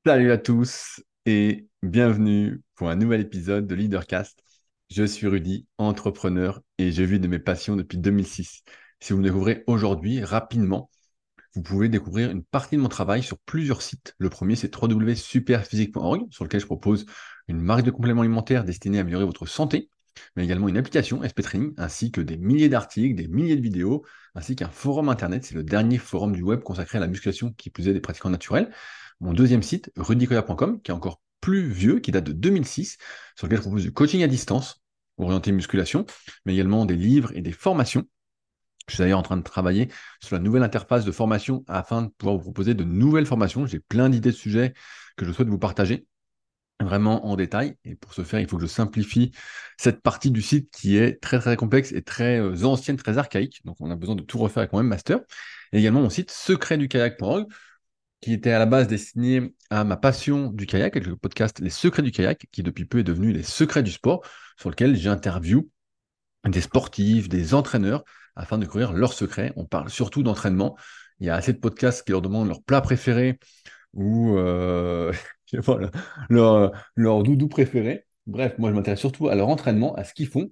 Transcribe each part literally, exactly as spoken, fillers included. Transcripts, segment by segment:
Salut à tous et bienvenue pour un nouvel épisode de Leadercast. Je suis Rudy, entrepreneur et je vis de mes passions depuis deux mille six. Si vous me découvrez aujourd'hui, rapidement, vous pouvez découvrir une partie de mon travail sur plusieurs sites. Le premier, c'est w w w point superphysique point org, sur lequel je propose une marque de compléments alimentaires destinée à améliorer votre santé, mais également une application S P Training, ainsi que des milliers d'articles, des milliers de vidéos, ainsi qu'un forum internet. C'est le dernier forum du web consacré à la musculation qui plus est des pratiquants naturels. Mon deuxième site, rudicoya point com, qui est encore plus vieux, qui date de deux mille six, sur lequel je propose du coaching à distance, orienté musculation, mais également des livres et des formations. Je suis d'ailleurs en train de travailler sur la nouvelle interface de formation afin de pouvoir vous proposer de nouvelles formations. J'ai plein d'idées de sujets que je souhaite vous partager vraiment en détail. Et pour ce faire, il faut que je simplifie cette partie du site qui est très très complexe et très euh, ancienne, très archaïque. Donc on a besoin de tout refaire avec mon webmaster. Et également mon site secret du kayak point org qui était à la base destiné à ma passion du kayak, avec le podcast Les Secrets du kayak, qui depuis peu est devenu Les Secrets du sport, sur lequel j'interviewe des sportifs, des entraîneurs, afin de découvrir leurs secrets. On parle surtout d'entraînement. Il y a assez de podcasts qui leur demandent leur plat préféré ou euh, voilà, leur, leur doudou préféré. Bref, moi je m'intéresse surtout à leur entraînement, à ce qu'ils font,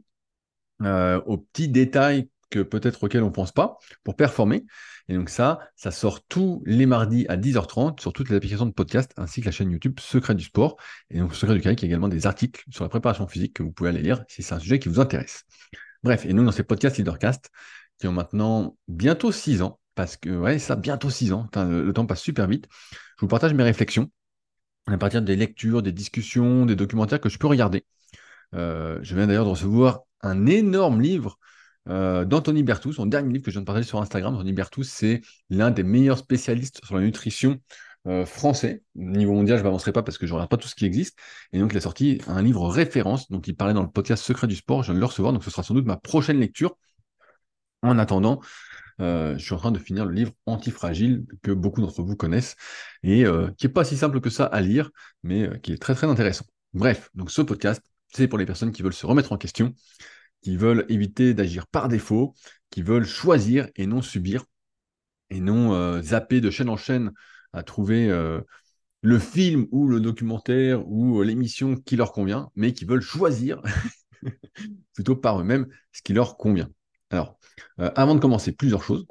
euh, aux petits détails que peut-être auxquels on ne pense pas pour performer. Et donc ça, ça sort tous les mardis à dix heures trente sur toutes les applications de podcast ainsi que la chaîne YouTube Secret du Sport. Et donc Secret du Kayak, il y a également des articles sur la préparation physique que vous pouvez aller lire si c'est un sujet qui vous intéresse. Bref, et nous dans ces podcasts Leadercast qui ont maintenant bientôt six ans, parce que ouais, ça, bientôt six ans, putain, le, le temps passe super vite, je vous partage mes réflexions à partir des lectures, des discussions, des documentaires que je peux regarder. Euh, je viens d'ailleurs de recevoir un énorme livre euh, d'Anthony Berthoud, son dernier livre que je viens de partager sur Instagram. Anthony Berthoud, c'est l'un des meilleurs spécialistes sur la nutrition euh, français. Au niveau mondial, je ne m'avancerai pas parce que je ne regarde pas tout ce qui existe. Et donc, il a sorti un livre référence dont il parlait dans le podcast Secret du sport. Je viens de le recevoir, donc ce sera sans doute ma prochaine lecture. En attendant, euh, je suis en train de finir le livre Antifragile que beaucoup d'entre vous connaissent et euh, qui n'est pas si simple que ça à lire, mais euh, qui est très très intéressant. Bref, donc ce podcast, c'est pour les personnes qui veulent se remettre en question, qui veulent éviter d'agir par défaut, qui veulent choisir et non subir, et non euh, zapper de chaîne en chaîne à trouver euh, le film ou le documentaire ou euh, l'émission qui leur convient, mais qui veulent choisir plutôt par eux-mêmes ce qui leur convient. Alors, euh, avant de commencer, plusieurs choses.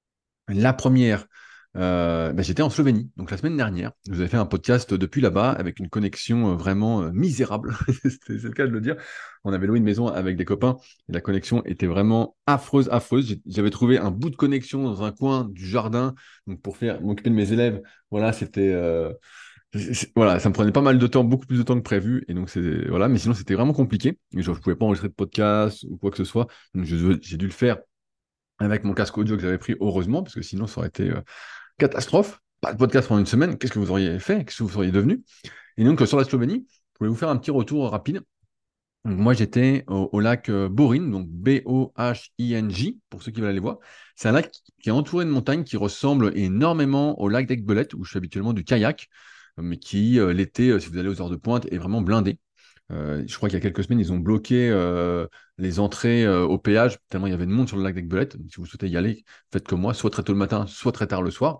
La première, euh, ben, j'étais en Slovénie, donc la semaine dernière. Je vous avais fait un podcast depuis là-bas avec une connexion euh, vraiment euh, misérable, c'est c'est le cas de le dire. On avait loué une maison avec des copains et la connexion était vraiment affreuse, affreuse. J'ai- J'avais trouvé un bout de connexion dans un coin du jardin, donc pour faire m'occuper de mes élèves. Voilà, c'était euh, c'est- c'est- voilà, ça me prenait pas mal de temps, beaucoup plus de temps que prévu, et donc c'est voilà. Mais sinon, c'était vraiment compliqué. Et je ne pouvais pas enregistrer de podcast ou quoi que ce soit, donc je- j'ai dû le faire avec mon casque audio que j'avais pris, heureusement, parce que sinon ça aurait été euh, catastrophe. Pas de podcast pendant une semaine, qu'est-ce que vous auriez fait? Qu'est-ce que vous seriez devenu? Et donc euh, sur la Slovénie, je voulais vous faire un petit retour rapide. Donc, moi j'étais au, au lac euh, Borin, donc B O H I N J, pour ceux qui veulent aller voir. C'est un lac qui est entouré de montagnes qui ressemble énormément au lac d'Aiguebelette, où je fais habituellement du kayak, euh, mais qui, euh, l'été, euh, si vous allez aux heures de pointe, est vraiment blindé. Euh, je crois qu'il y a quelques semaines, ils ont bloqué euh, les entrées euh, au péage, tellement il y avait de monde sur le lac d'Aiguebelette. Donc, si vous souhaitez y aller, faites comme moi, soit très tôt le matin, soit très tard le soir.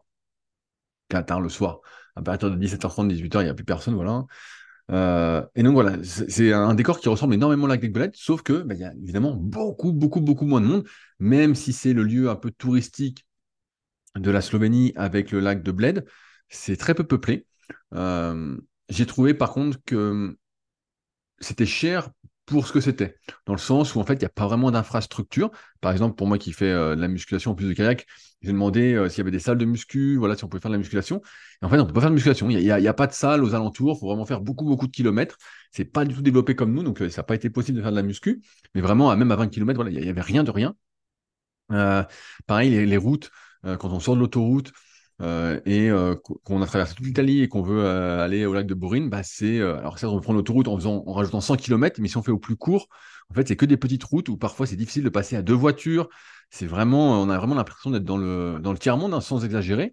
Qu'à tard le soir, à partir de dix-sept heures trente, dix-huit heures, il n'y a plus personne, voilà. Euh, et donc voilà, c'est c'est un décor qui ressemble énormément au lac d'Aiguebelette, sauf que bah, il y a évidemment beaucoup, beaucoup, beaucoup moins de monde, même si c'est le lieu un peu touristique de la Slovénie avec le lac de Bled, c'est très peu peuplé. Euh, j'ai trouvé par contre que c'était cher pour ce que c'était, dans le sens où en fait il n'y a pas vraiment d'infrastructure. Par exemple, pour moi qui fais euh, de la musculation en plus de kayak, j'ai demandé euh, s'il y avait des salles de muscu, voilà, si on pouvait faire de la musculation. Et en fait, on peut pas faire de musculation. Il n'y a, il y a- il y a pas de salle aux alentours, il faut vraiment faire beaucoup, beaucoup de kilomètres. C'est pas du tout développé comme nous, donc euh, ça n'a pas été possible de faire de la muscu. Mais vraiment, à- même à vingt kilomètres, voilà, il n'y avait rien de rien. Euh, Pareil, les, les routes, euh, quand on sort de l'autoroute euh, et euh, qu- qu'on a traversé toute l'Italie et qu'on veut euh, aller au lac de Bourine, bah c'est euh, alors ça on prend l'autoroute en faisant en rajoutant cent kilomètres, mais si on fait au plus court, en fait c'est que des petites routes où parfois c'est difficile de passer à deux voitures. C'est vraiment, on a vraiment l'impression d'être dans le dans le tiers-monde, hein, sans exagérer.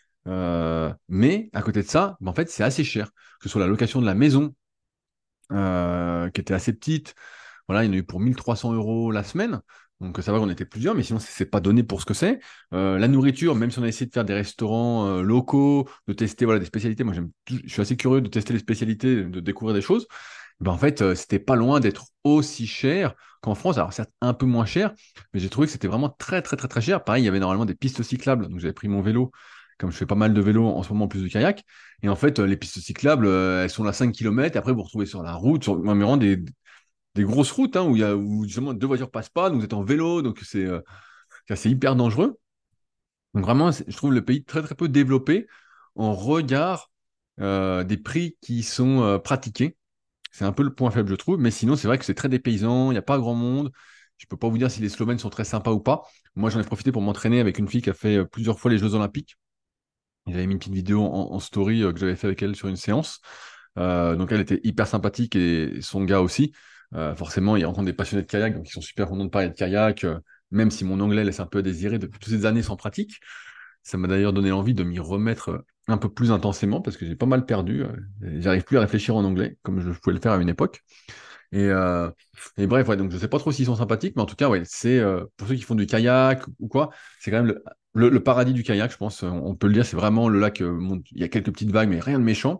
Euh, mais à côté de ça, bah, en fait c'est assez cher, que ce soit la location de la maison euh, qui était assez petite. Voilà, il y en a eu pour mille trois cents euros la semaine. Donc ça va qu'on était plusieurs, mais sinon c'est c'est pas donné pour ce que c'est. Euh, la nourriture, même si on a essayé de faire des restaurants euh, locaux, de tester voilà des spécialités, moi j'aime, tou- je suis assez curieux de tester les spécialités, de découvrir des choses. Ben en fait, euh, c'était pas loin d'être aussi cher qu'en France. Alors certes un peu moins cher, mais j'ai trouvé que c'était vraiment très très très très cher. Pareil, il y avait normalement des pistes cyclables, donc j'avais pris mon vélo, comme je fais pas mal de vélo en ce moment en plus de kayak. Et en fait, euh, les pistes cyclables, euh, elles sont là cinq kilomètres, et après vous retrouvez sur la route, sur même vraiment des, des grosses routes hein, où, il y a, où justement deux voitures passent pas, donc vous êtes en vélo, donc c'est euh, c'est hyper dangereux. Donc vraiment, c'est- je trouve le pays très très peu développé en regard euh, des prix qui sont euh, pratiqués. C'est un peu le point faible, je trouve, mais sinon, c'est vrai que c'est très dépaysant, il n'y a pas grand monde. Je peux pas vous dire si les Slovènes sont très sympas ou pas. Moi, j'en ai profité pour m'entraîner avec une fille qui a fait euh, plusieurs fois les Jeux Olympiques. J'avais mis une petite vidéo en, en story euh, que j'avais fait avec elle sur une séance. Euh, donc elle était hyper sympathique et son gars aussi. Euh, forcément, il y a encore des passionnés de kayak, donc ils sont super contents de parler de kayak, euh, même si mon anglais laisse un peu à désirer depuis toutes ces années sans pratique. Ça m'a d'ailleurs donné envie de m'y remettre euh, un peu plus intensément parce que j'ai pas mal perdu. Euh, et j'arrive plus à réfléchir en anglais comme je pouvais le faire à une époque. Et, euh, et bref, ouais, donc je sais pas trop s'ils sont sympathiques, mais en tout cas, ouais, c'est euh, pour ceux qui font du kayak ou quoi, c'est quand même le, le- le paradis du kayak, je pense. On peut le dire, c'est vraiment le lac. Euh, monte- il y a quelques petites vagues, mais rien de méchant.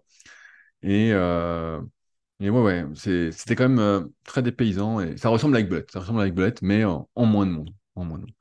Et, euh, et ouais, ouais, c'est- c'était quand même euh, très dépaysant et ça ressemble à Aigbelette, ça ressemble à Aigbelette, mais en, en moins de monde, en moins de monde.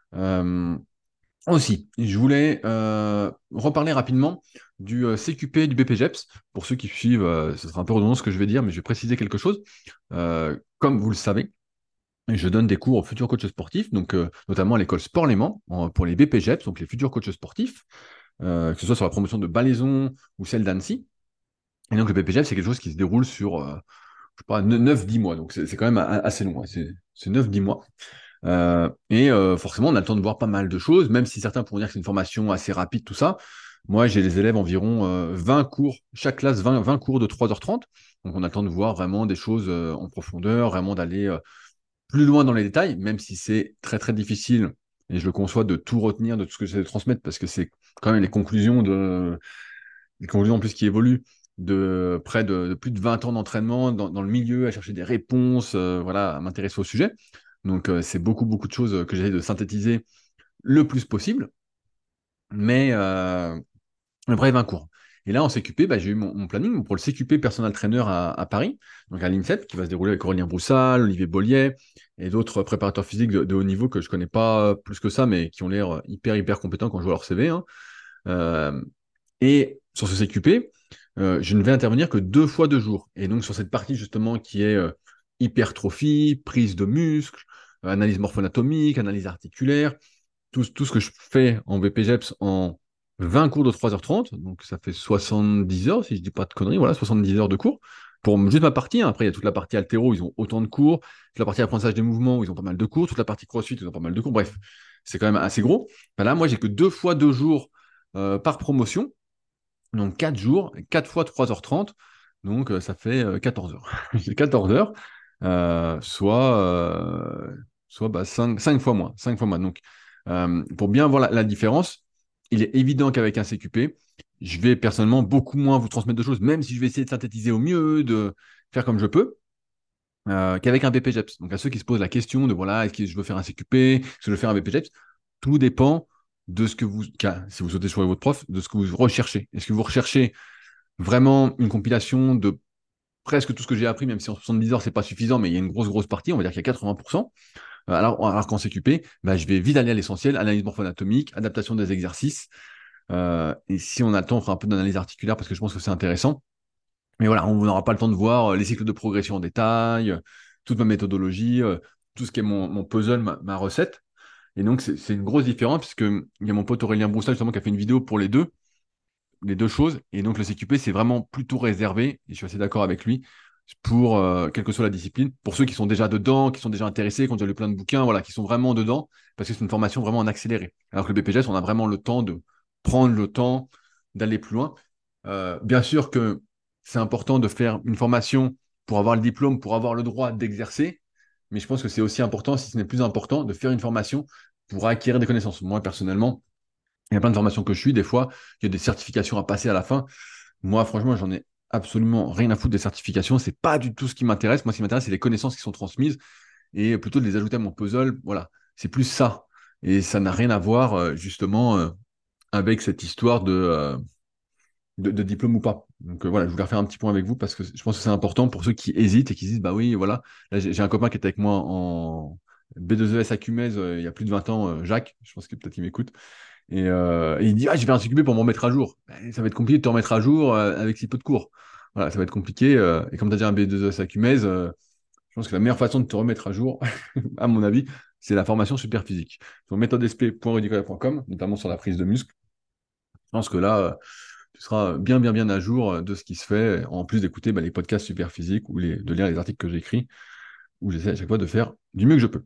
Euh, Aussi, je voulais euh, reparler rapidement du euh, C Q P du B P J E P S. Pour ceux qui suivent, euh, ce sera un peu redondant ce que je vais dire, mais je vais préciser quelque chose. Euh, comme vous le savez, je donne des cours aux futurs coachs sportifs, donc euh, notamment à l'école Sport Léman, en- pour les B P J E P S, donc les futurs coachs sportifs, euh, que ce soit sur la promotion de Balaison ou celle d'Annecy. Et donc le B P J E P S, c'est quelque chose qui se déroule sur, euh, je sais pas, neuf dix mois, donc c'est c'est quand même a- assez long, ouais. C'est c'est neuf dix mois. Euh, et euh, forcément, on a le temps de voir pas mal de choses, même si certains pourront dire que c'est une formation assez rapide, tout ça. Moi, j'ai les élèves environ euh, vingt cours, chaque classe vingt vingt cours de trois heures trente. Donc, on a le temps de voir vraiment des choses euh, en profondeur, vraiment d'aller euh, plus loin dans les détails, même si c'est très très difficile, et je le conçois, de tout retenir de tout ce que j'essaie de transmettre, parce que c'est quand même les conclusions de, les conclusions en plus qui évoluent de près de, de plus de vingt ans d'entraînement dans, dans le milieu, à chercher des réponses, euh, voilà, à m'intéresser au sujet. Donc, euh, c'est beaucoup, beaucoup de choses que j'essaie de synthétiser le plus possible, mais euh, bref, un cours. Et là, en C Q P, bah, j'ai eu mon, mon planning pour le C Q P Personal Trainer à, à Paris, donc à l'INSEP, qui va se dérouler avec Aurélien Broussal, Olivier Bollier et d'autres préparateurs physiques de, de haut niveau que je connais pas plus que ça, mais qui ont l'air hyper, hyper compétents quand je vois leur C V, hein. Euh, et sur ce C Q P, euh, je ne vais intervenir que deux fois deux jours. Et donc sur cette partie justement qui est euh, hypertrophie, prise de muscles, euh, analyse morpho-anatomique, analyse articulaire, tout, tout ce que je fais en B P J E P S en vingt cours de trois heures trente, donc ça fait soixante-dix heures, si je dis pas de conneries, voilà, soixante-dix heures de cours, pour juste ma partie, hein. Après, il y a toute la partie altéro, ils ont autant de cours, toute la partie apprentissage des mouvements, où ils ont pas mal de cours, toute la partie crossfit, ils ont pas mal de cours, bref, c'est quand même assez gros. Ben là, moi, j'ai que deux fois deux jours euh, par promotion, donc quatre jours, quatre fois trois heures trente, donc euh, ça fait euh, quatorze heures. J'ai quatorze heures, euh, soit, euh, soit bah, cinq, cinq fois moins. cinq fois moins. Donc, euh, pour bien voir la, la différence, il est évident qu'avec un C Q P, je vais personnellement beaucoup moins vous transmettre de choses, même si je vais essayer de synthétiser au mieux, de faire comme je peux, euh, qu'avec un B P J E P S. Donc, à ceux qui se posent la question de voilà, est-ce que je veux faire un C Q P, est-ce que je veux faire un B P J E P S, tout dépend de ce que vous, qu'à- si vous souhaitez choisir votre prof, de ce que vous recherchez. Est-ce que vous recherchez vraiment une compilation de presque tout ce que j'ai appris, même si en soixante-dix heures, c'est pas suffisant, mais il y a une grosse, grosse partie, on va dire qu'il y a quatre-vingts pour cent. Euh, Alors, alors qu'en C Q P, bah, je vais vite aller à l'essentiel, analyse morpho-anatomique, adaptation des exercices. Euh, et si on a le temps, on fera un peu d'analyse articulaire parce que je pense que c'est intéressant. Mais voilà, on n'aura pas le temps de voir euh, les cycles de progression en détail, euh, toute ma méthodologie, euh, tout ce qui est mon, mon puzzle, ma, ma recette. Et donc, c'est c'est une grosse différence puisque il y a mon pote Aurélien Broussal justement qui a fait une vidéo pour les deux, les deux choses. Et donc, le C Q P, c'est vraiment plutôt réservé, et je suis assez d'accord avec lui, pour, euh, quelle que soit la discipline, pour ceux qui sont déjà dedans, qui sont déjà intéressés, qui ont déjà lu plein de bouquins, voilà, qui sont vraiment dedans, parce que c'est une formation vraiment en accéléré. Alors que le B P G E S, on a vraiment le temps de prendre le temps d'aller plus loin. Euh, bien sûr que c'est important de faire une formation pour avoir le diplôme, pour avoir le droit d'exercer, mais je pense que c'est aussi important, si ce n'est plus important, de faire une formation pour acquérir des connaissances. Moi, personnellement, il y a plein de formations que je suis, des fois, il y a des certifications à passer à la fin. Moi, franchement, j'en ai absolument rien à foutre des certifications. C'est pas du tout ce qui m'intéresse. Moi, ce qui m'intéresse, c'est les connaissances qui sont transmises. et plutôt de les ajouter à mon puzzle. Voilà, c'est plus ça. Et ça n'a rien à voir euh, justement euh, avec cette histoire de, euh, de, de diplôme ou pas. Donc euh, voilà, je voulais refaire un petit point avec vous parce que je pense que c'est important pour ceux qui hésitent et qui se disent, bah oui, voilà, là j'ai j'ai un copain qui était avec moi en B deux E S à Cumèze euh, il y a plus de vingt ans, euh, Jacques, je pense que peut-être il m'écoute, et, euh, et il dit, ah, je vais un C Q B pour m'en mettre à jour. Ben, ça va être compliqué de te remettre à jour euh, avec si peu de cours. Voilà, ça va être compliqué. euh, et comme tu as déjà un B deux E S à Cumèze, euh, je pense que la meilleure façon de te remettre à jour, à mon avis, c'est la formation super physique. Sur méthode s p point rudicola point com, notamment sur la prise de muscle. Je pense que là, euh, tu seras bien, bien, bien à jour euh, de ce qui se fait, en plus d'écouter bah, les podcasts super physiques ou les, de lire les articles que j'écris, où j'essaie à chaque fois de faire du mieux que je peux.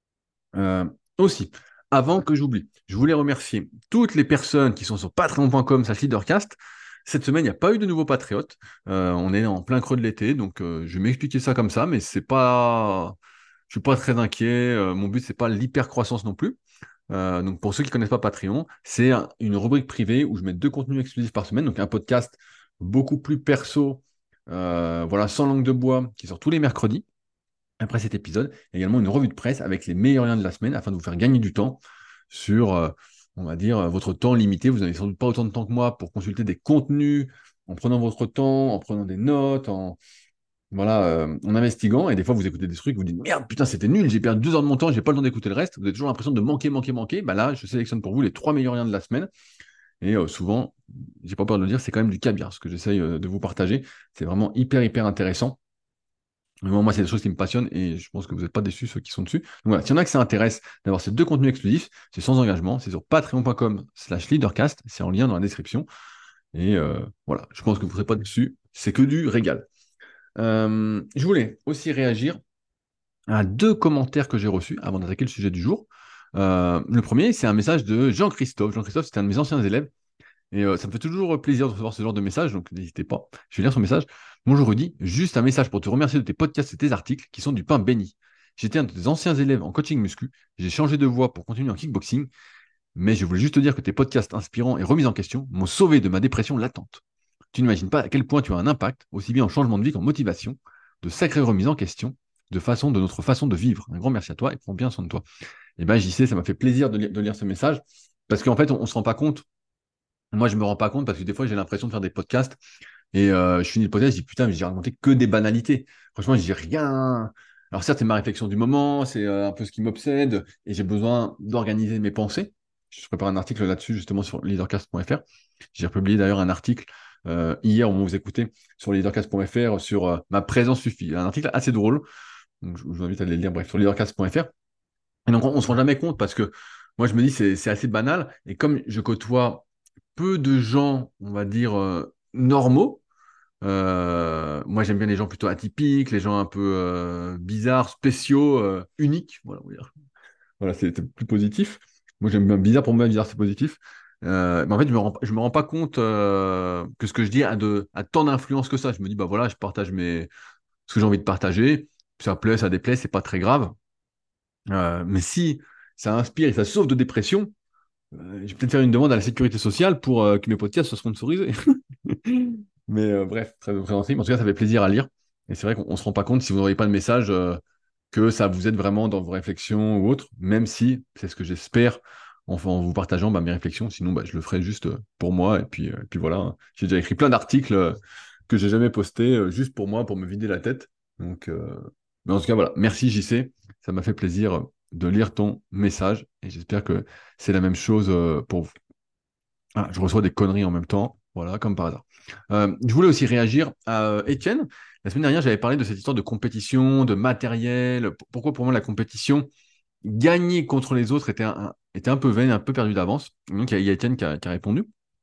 Euh, aussi, avant que j'oublie, je voulais remercier toutes les personnes qui sont sur patreon point com slash leadercast. Cette semaine, il n'y a pas eu de nouveaux patriotes. Euh, on est en plein creux de l'été, donc euh, je vais m'expliquer ça comme ça, mais c'est pas, je suis pas très inquiet. Euh, mon but, c'est pas l'hyper croissance non plus. Euh, donc pour ceux qui connaissent pas Patreon, c'est un- une rubrique privée où je mets deux contenus exclusifs par semaine, donc un podcast beaucoup plus perso, euh, voilà, sans langue de bois, qui sort tous les mercredis. Après cet épisode, il y a également une revue de presse avec les meilleurs liens de la semaine afin de vous faire gagner du temps sur, euh, on va dire, euh, votre temps limité. Vous n'avez sans doute pas autant de temps que moi pour consulter des contenus en prenant votre temps, en prenant des notes, en, voilà, euh, en investiguant. Et des fois, vous écoutez des trucs, vous dites merde, putain, c'était nul, j'ai perdu deux heures de mon temps, j'ai pas le temps d'écouter le reste. Vous avez toujours l'impression de manquer, manquer, manquer. Bah là, je sélectionne pour vous les trois meilleurs liens de la semaine. Et euh, souvent, j'ai pas peur de le dire, c'est quand même du caviar ce que j'essaye euh, de vous partager. C'est vraiment hyper, hyper intéressant. Vraiment, moi, c'est des choses qui me passionnent et je pense que vous n'êtes pas déçus, ceux qui sont dessus. Donc voilà, s'il y en a que ça intéresse d'avoir ces deux contenus exclusifs, c'est sans engagement, c'est sur patreon point com slash leadercast, c'est en lien dans la description. Et euh, voilà, je pense que vous ne serez pas dessus, c'est que du régal. Euh, je voulais aussi réagir à deux commentaires que j'ai reçus avant d'attaquer le sujet du jour. Euh, le premier, c'est un message de Jean-Christophe. Jean-Christophe, c'était un de mes anciens élèves et euh, ça me fait toujours plaisir de recevoir ce genre de message, donc n'hésitez pas. Je vais lire son message. Bonjour Rudy, juste un message pour te remercier de tes podcasts et tes articles qui sont du pain béni. J'étais un de tes anciens élèves en coaching muscu, j'ai changé de voie pour continuer en kickboxing, mais je voulais juste te dire que tes podcasts inspirants et remis en question m'ont sauvé de ma dépression latente. Tu n'imagines pas à quel point tu as un impact, aussi bien en changement de vie qu'en motivation, de sacrées remises en question, de façon de notre façon de vivre. Un grand merci à toi et prends bien soin de toi. Et ben j'y sais, ça m'a fait plaisir de, li- de lire ce message, parce qu'en fait, on, on se rend pas compte. Moi, je me rends pas compte parce que des fois, j'ai l'impression de faire des podcasts et euh, je finis le podcast, je dis putain, mais j'ai raconté que des banalités. Franchement, j'ai rien. Alors certes, c'est ma réflexion du moment, c'est euh, un peu ce qui m'obsède et j'ai besoin d'organiser mes pensées. Je prépare un article là-dessus justement sur leadercast point f r. J'ai republié d'ailleurs un article euh, hier au moment où vous écoutez sur leadercast point f r sur euh, ma présence suffit. Un article assez drôle. Donc, je je vous invite à aller le lire, bref, sur leadercast point f r. Et donc, on, on se rend jamais compte parce que moi, je me dis c'est c'est assez banal. Et comme je côtoie peu de gens, on va dire, euh, normaux, euh, moi, j'aime bien les gens plutôt atypiques, les gens un peu euh, bizarres, spéciaux, euh, uniques. Voilà, on va dire. Voilà, c'est c'est plus positif. Moi, j'aime bien bizarre pour moi, bizarre, c'est positif. Euh, mais en fait, je me rends, je me rends pas compte euh, que ce que je dis a, de, a tant d'influence que ça. Je me dis, bah voilà, je partage mes, ce que j'ai envie de partager. Ça plaît, ça déplaît, c'est pas très grave. Euh, mais si ça inspire et ça sauve de dépression, euh, je vais peut-être faire une demande à la sécurité sociale pour euh, que mes podcasts soient sponsorisés. Mais euh, bref, très compréhensible. En tout cas, ça fait plaisir à lire. Et c'est vrai qu'on ne se rend pas compte si vous n'envoyez pas de message euh, que ça vous aide vraiment dans vos réflexions ou autres, même si c'est ce que j'espère en, en vous partageant bah, mes réflexions. Sinon, bah, je le ferai juste euh, pour moi. Et puis, euh, et puis voilà, hein. J'ai déjà écrit plein d'articles euh, que j'ai jamais postés euh, juste pour moi, pour me vider la tête. Donc, euh, mais en tout cas, voilà. Merci J C. Ça m'a fait plaisir euh, de lire ton message et j'espère que c'est la même chose euh, pour vous. Ah, je reçois des conneries en même temps, voilà, comme par hasard. Euh, je voulais aussi réagir à euh, Étienne. La semaine dernière, j'avais parlé de cette histoire de compétition, de matériel. P- Pourquoi pour moi la compétition, gagner contre les autres était un, était un peu vaine, un peu perdu d'avance. Donc il y a il y a Étienne qui a, qui a répondu.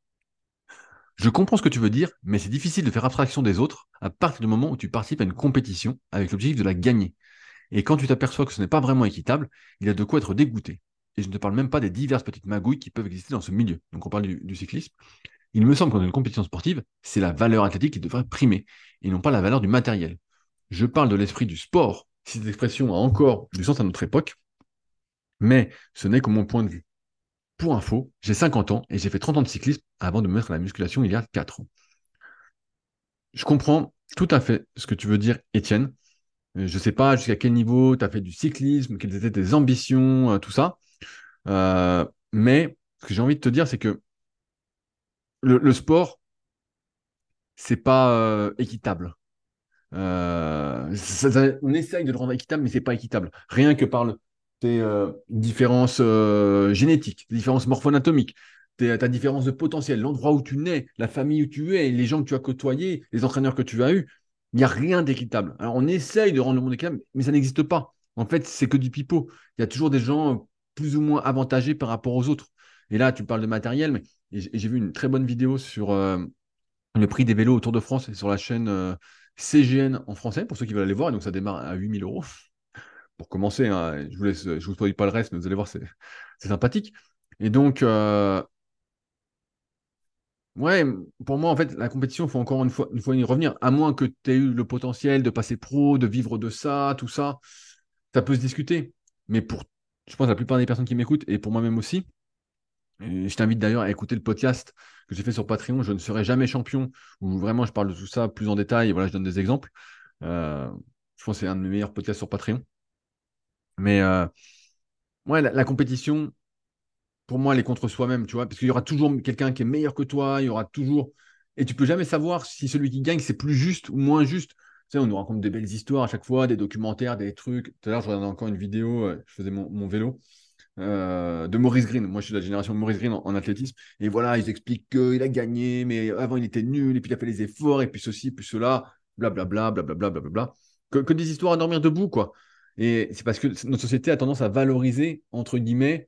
Je comprends ce que tu veux dire, mais c'est difficile de faire abstraction des autres à partir du moment où tu participes à une compétition avec l'objectif de la gagner. Et quand tu t'aperçois que ce n'est pas vraiment équitable, il y a de quoi être dégoûté. Et je ne te parle même pas des diverses petites magouilles qui peuvent exister dans ce milieu. Donc on parle du, du cyclisme. Il me semble qu'en une compétition sportive, c'est la valeur athlétique qui devrait primer, et non pas la valeur du matériel. Je parle de l'esprit du sport, si cette expression a encore du sens à notre époque, mais ce n'est que mon point de vue. Pour info, j'ai cinquante ans et j'ai fait trente ans de cyclisme avant de me mettre à la musculation il y a quatre ans. Je comprends tout à fait ce que tu veux dire, Étienne. Euh, Je ne sais pas jusqu'à quel niveau tu as fait du cyclisme, quelles étaient tes ambitions, euh, tout ça. Euh, mais ce que j'ai envie de te dire, c'est que le, le sport, c'est pas euh, équitable. Euh, ça- ça- on essaye de le rendre équitable, mais c'est pas équitable. Rien que par le, tes euh, différences euh, génétiques, tes différences morpho-anatomiques, tes- ta différence de potentiel, l'endroit où tu nais, la famille où tu es, les gens que tu as côtoyés, les entraîneurs que tu as eus, il n'y a rien d'équitable. Alors on essaye de rendre le monde équitable, mais ça n'existe pas. En fait, c'est que du pipeau. Il y a toujours des gens euh, plus ou moins avantagés par rapport aux autres. Et là, tu parles de matériel, mais et j'ai j'ai vu une très bonne vidéo sur euh, le prix des vélos au Tour de France est sur la chaîne euh, C G N en français, pour ceux qui veulent aller voir. Et donc, ça démarre à huit mille euros. Pour commencer, hein, je vous laisse, je vous spoil pas le reste, mais vous allez voir, c'est c'est sympathique. Et donc, euh, ouais, pour moi, en fait, la compétition, il faut encore une fois, une fois y revenir. À moins que tu aies eu le potentiel de passer pro, de vivre de ça, tout ça, ça peut se discuter. Mais pour, je pense, la plupart des personnes qui m'écoutent, et pour moi-même aussi, et je t'invite d'ailleurs à écouter le podcast que j'ai fait sur Patreon, Je ne serai jamais champion, où vraiment je parle de tout ça plus en détail, et voilà, je donne des exemples. Euh, je pense que c'est un de mes meilleurs podcasts sur Patreon. Mais euh, ouais, la, la compétition, pour moi, elle est contre soi-même, tu vois, parce qu'il y aura toujours quelqu'un qui est meilleur que toi, il y aura toujours. Et tu peux jamais savoir si celui qui gagne, c'est plus juste ou moins juste. Tu sais, on nous raconte des belles histoires à chaque fois, des documentaires, des trucs. Tout à l'heure, je regardais encore une vidéo, euh, je faisais mon, mon vélo, euh, de Maurice Green. Moi, je suis de la génération de Maurice Green en, en athlétisme. Et voilà, ils expliquent qu'il a gagné, mais avant, il était nul, et puis il a fait les efforts, et puis ceci, puis cela, blablabla, blablabla, blablabla. Que, que des histoires à dormir debout, quoi. Et c'est parce que notre société a tendance à valoriser, entre guillemets,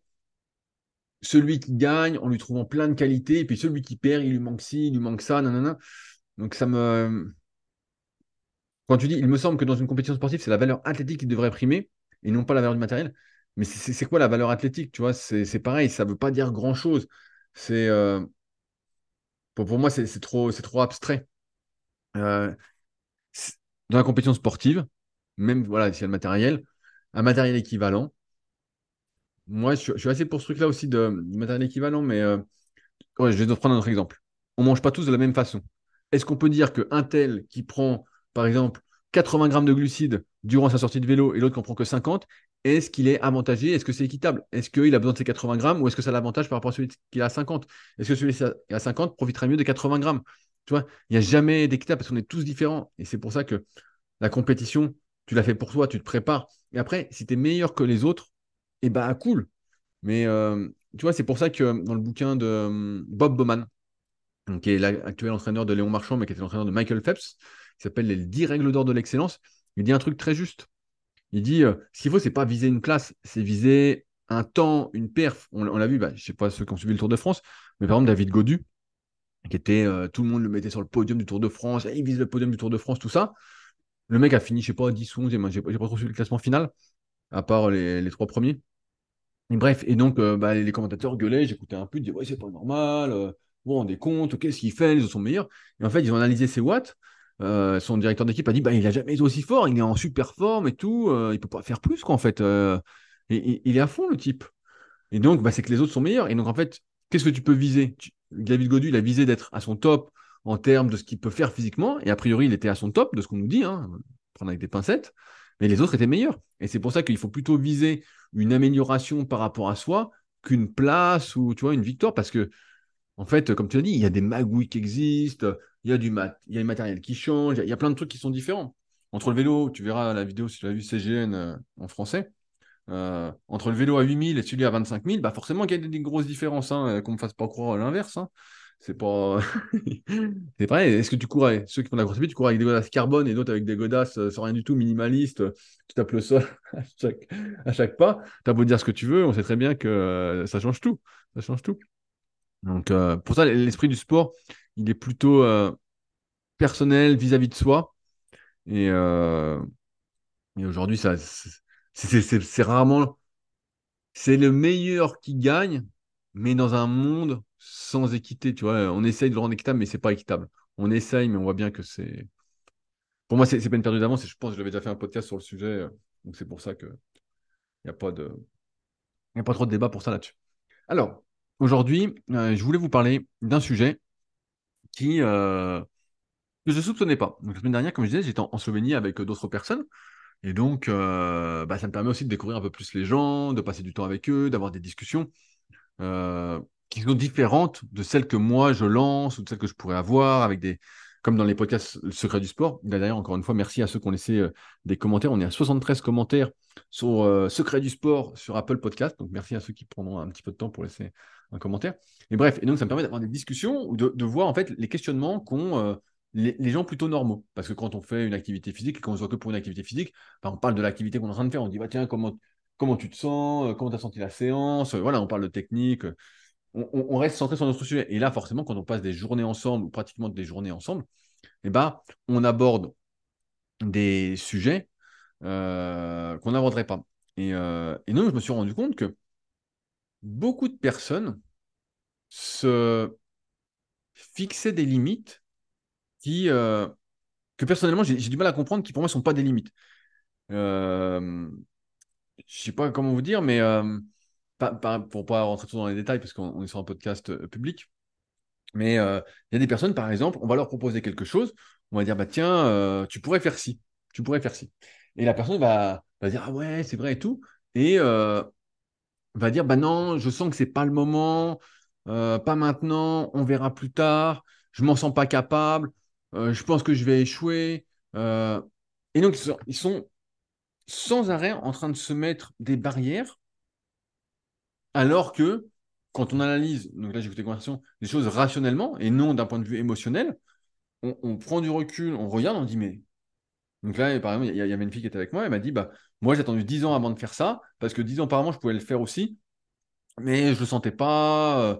celui qui gagne en lui trouvant plein de qualités, et puis celui qui perd, il lui manque ci, il lui manque ça, nanana. Donc ça me. Quand tu dis, il me semble que dans une compétition sportive, c'est la valeur athlétique qui devrait primer, et non pas la valeur du matériel. Mais c'est c'est quoi la valeur athlétique, tu vois? C'est c'est pareil, ça ne veut pas dire grand-chose. C'est euh, pour, pour moi, c'est c'est trop, c'est trop abstrait. Euh, c'est- dans la compétition sportive, même voilà, s'il y a le matériel, un matériel équivalent. Moi, je, suis je suis assez pour ce truc-là aussi de, du matériel équivalent, mais euh, ouais, je vais te prendre un autre exemple. On ne mange pas tous de la même façon. Est-ce qu'on peut dire qu'un tel qui prend, par exemple, quatre-vingts grammes de glucides durant sa sortie de vélo et l'autre qui en prend que cinquante, est-ce qu'il est avantagé? Est-ce que c'est équitable? Est-ce qu'il a besoin de ces quatre-vingts grammes ou est-ce que ça l'avantage par rapport à celui qui a cinquante? Est-ce que celui qui a cinquante profiterait mieux des quatre-vingts grammes? Tu vois, il n'y a jamais d'équitable parce qu'on est tous différents. Et c'est pour ça que la compétition, tu l'as fait pour toi, tu te prépares. Et après, si tu es meilleur que les autres, eh ben cool. Mais euh, tu vois, c'est pour ça que dans le bouquin de euh, Bob Bowman, donc, qui est l'actuel entraîneur de Léon Marchand, mais qui était l'entraîneur de Michael Phelps, qui s'appelle Les dix règles d'or de l'excellence, il dit un truc très juste. Il dit euh, ce qu'il faut, c'est pas viser une place, c'est viser un temps, une perf. On, on l'a vu, bah, je sais pas ceux qui ont suivi le Tour de France, mais par exemple, David Gaudu, qui était, euh, tout le monde le mettait sur le podium du Tour de France, et il vise le podium du Tour de France, tout ça. Le mec a fini, je sais pas, dix ou onze, j'ai pas, j'ai pas trop suivi le classement final, à part les, les trois premiers. Et bref, et donc euh, bah, les commentateurs gueulaient, j'écoutais un peu, ils disaient ouais, c'est pas normal, euh, vous vous rendez compte, qu'est-ce qu'il fait, les autres sont meilleurs. Et en fait, ils ont analysé ses watts. Euh, son directeur d'équipe a dit bah, il a jamais été aussi fort, il est en super forme et tout, euh, il peut pas faire plus, quoi, en fait. Euh, et, et- il est à fond, le type. Et donc, bah, c'est que les autres sont meilleurs. Et donc, en fait, qu'est-ce que tu peux viser? Tu- David Godu, il a visé d'être à son top en termes de ce qu'il peut faire physiquement. Et a priori, il était à son top de ce qu'on nous dit, hein, prendre avec des pincettes. Mais les autres étaient meilleurs. Et c'est pour ça qu'il faut plutôt viser une amélioration par rapport à soi qu'une place ou tu vois, une victoire. Parce que, en fait, comme tu as dit, il y a des magouilles qui existent, il y a du mat il y a du matériel qui change, il y a, il y a plein de trucs qui sont différents. Entre le vélo, tu verras la vidéo si tu l'as vu C G N euh, en français. Euh, entre le vélo à huit mille et celui à vingt-cinq mille, bah forcément qu'il y a des, des grosses différences, hein, euh, qu'on ne me fasse pas croire l'inverse. Hein. C'est pas. C'est pareil. Est-ce que tu cours avec ceux qui font de la course à pied, tu cours avec des godasses carbone et d'autres avec des godasses euh, sans rien du tout, minimalistes, euh, tu tapes le sol à chaque, à chaque pas. T'as beau dire ce que tu veux, on sait très bien que euh, ça change tout. Ça change tout. Donc, euh, pour ça, l'esprit du sport, il est plutôt euh, personnel vis-à-vis de soi. Et, euh, et aujourd'hui, ça, c'est c'est- c'est- c'est rarement. C'est le meilleur qui gagne, mais dans un monde sans équité, tu vois. On essaye de le rendre équitable, mais c'est pas équitable. On essaye, mais on voit bien que c'est. Pour moi, c'est c'est pas une perte d'avance. Et je pense que j'avais déjà fait un podcast sur le sujet. euh, Donc c'est pour ça qu'il n'y a pas de... y a pas trop de débat pour ça là-dessus. Alors, aujourd'hui, euh, je voulais vous parler d'un sujet qui, euh, que je ne soupçonnais pas. Donc, la semaine dernière, comme je disais, j'étais en, en Slovénie avec euh, d'autres personnes. Et donc, euh, bah, ça me permet aussi de découvrir un peu plus les gens, de passer du temps avec eux, d'avoir des discussions euh, qui sont différentes de celles que moi je lance ou de celles que je pourrais avoir avec des, comme dans les podcasts Le Secret du Sport. D'ailleurs, encore une fois, merci à ceux qui ont laissé euh, des commentaires. On est à soixante-treize commentaires sur euh, Secret du Sport sur Apple Podcast. Donc, merci à ceux qui prendront un petit peu de temps pour laisser un commentaire. Et bref, et donc ça me permet d'avoir des discussions ou de, de voir en fait les questionnements qu'ont euh, les, les gens plutôt normaux. Parce que quand on fait une activité physique et qu'on se voit que pour une activité physique, bah, on parle de l'activité qu'on est en train de faire. On dit, bah, tiens, comment, comment tu te sens, euh, comment tu as senti la séance, euh, voilà, on parle de technique, euh, on, on- on reste centré sur notre sujet. Et là, forcément, quand on passe des journées ensemble, ou pratiquement des journées ensemble, eh ben, on aborde des sujets euh, qu'on n'aborderait pas. Et, euh, et donc, je me suis rendu compte que beaucoup de personnes se fixaient des limites qui, euh, que personnellement, j'ai j'ai du mal à comprendre, qui pour moi ne sont pas des limites. Euh, je sais pas comment vous dire, mais euh, pas, pas- pour pas rentrer trop dans les détails, parce qu'on on est sur un podcast euh, public, mais euh, il y a des personnes, par exemple, on va leur proposer quelque chose, on va dire, bah tiens, euh, tu pourrais faire ci, tu pourrais faire ci. Et la personne va, va dire, ah ouais, c'est vrai et tout, et euh, va dire, bah non, je sens que c'est pas le moment, euh, pas maintenant, on verra plus tard, je m'en sens pas capable, euh, je pense que je vais échouer. euh. Et donc, ils sont, ils sont sans arrêt en train de se mettre des barrières, alors que quand on analyse, donc là j'écoute les conversations, des choses rationnellement et non d'un point de vue émotionnel, on, on prend du recul, on regarde, on dit mais. Donc là, par exemple, il y, il y avait une fille qui était avec moi, elle m'a dit bah moi j'ai attendu dix ans avant de faire ça, parce que dix ans apparemment je pouvais le faire aussi, mais je le sentais pas. euh,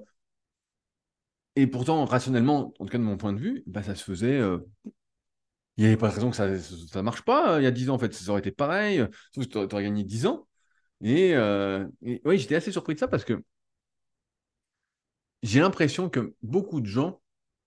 Et pourtant, rationnellement, en tout cas de mon point de vue, bah, ça se faisait. euh, Il n'y avait pas de raison que ça ne marche pas euh, il y a dix ans, en fait. Ça aurait été pareil, euh, sauf que tu aurais gagné dix ans. Et, euh, et oui, j'étais assez surpris de ça parce que j'ai l'impression que beaucoup de gens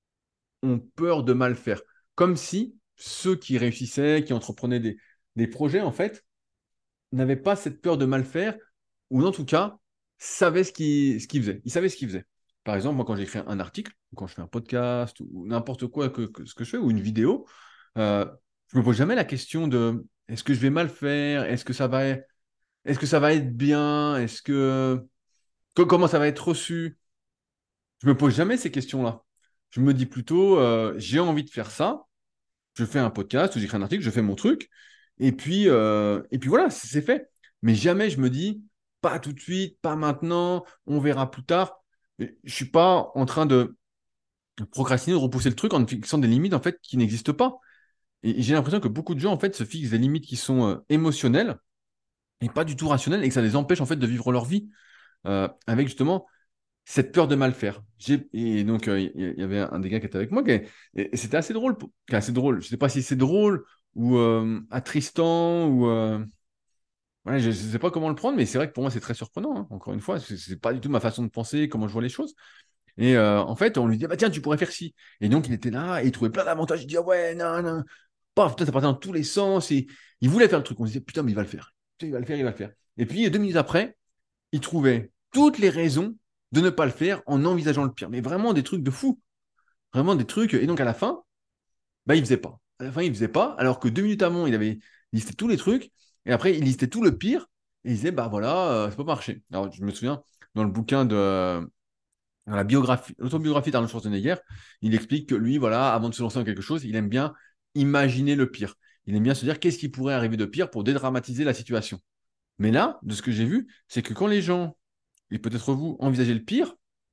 ont peur de mal faire. Comme si ceux qui réussissaient, qui entreprenaient des, des projets, en fait, n'avaient pas cette peur de mal faire, ou en tout cas, savaient ce qu'ils ce qu'ils faisaient. Ils savaient ce qu'ils faisaient. Par exemple, moi, quand j'écris un article, ou quand je fais un podcast, ou n'importe quoi que, que ce que je fais, ou une vidéo, euh, je me pose jamais la question de est-ce que je vais mal faire? Est-ce que ça va, est-ce que ça va être bien? Est-ce que, que- comment ça va être reçu? Je me pose jamais ces questions-là. Je me dis plutôt, euh, j'ai envie de faire ça. Je fais un podcast ou j'écris un article, je fais mon truc. Et puis, euh, et puis voilà, c'est c'est fait. Mais jamais je me dis, pas tout de suite, pas maintenant, on verra plus tard. Mais je suis pas en train de procrastiner, de repousser le truc en fixant des limites en fait qui n'existent pas. Et, et j'ai l'impression que beaucoup de gens en fait se fixent des limites qui sont euh, émotionnelles et pas du tout rationnelles et que ça les empêche en fait de vivre leur vie euh, avec justement cette peur de mal faire. J'ai- Et donc, euh, il y, y avait un des gars qui était avec moi, qui, et, et c'était assez drôle. pour- enfin, assez drôle. Je sais pas si c'est drôle ou euh, attristant ou. euh, ouais, je ne sais pas comment le prendre, mais c'est vrai que pour moi, c'est très surprenant. Hein. Encore une fois, c'est c'est pas du tout ma façon de penser, comment je vois les choses. Et euh, en fait, on lui dit, bah tiens, tu pourrais faire ci. Et donc, il était là et il trouvait plein d'avantages. Il dit, ah ouais, non, non. Paf, putain, ça partait dans tous les sens. Et il voulait faire le truc. On se disait, putain, mais il va le faire. Putain, il va le faire, il va le faire. Et puis, deux minutes après, il trouvait toutes les raisons de ne pas le faire en envisageant le pire. Mais vraiment des trucs de fou. Vraiment des trucs. Et donc à la fin, bah, il faisait pas. À la fin, il faisait pas, alors que deux minutes avant, il avait listé tous les trucs. Et après, il listait tout le pire. Et il disait, bah voilà, euh, ça peut marcher. Alors, je me souviens, dans le bouquin de dans la biographie, l'autobiographie d'Arnold Schwarzenegger, il explique que lui, voilà, avant de se lancer dans quelque chose, il aime bien imaginer le pire. Il aime bien se dire qu'est-ce qui pourrait arriver de pire pour dédramatiser la situation. Mais là, de ce que j'ai vu, c'est que quand les gens, et peut-être vous, envisagez le pire,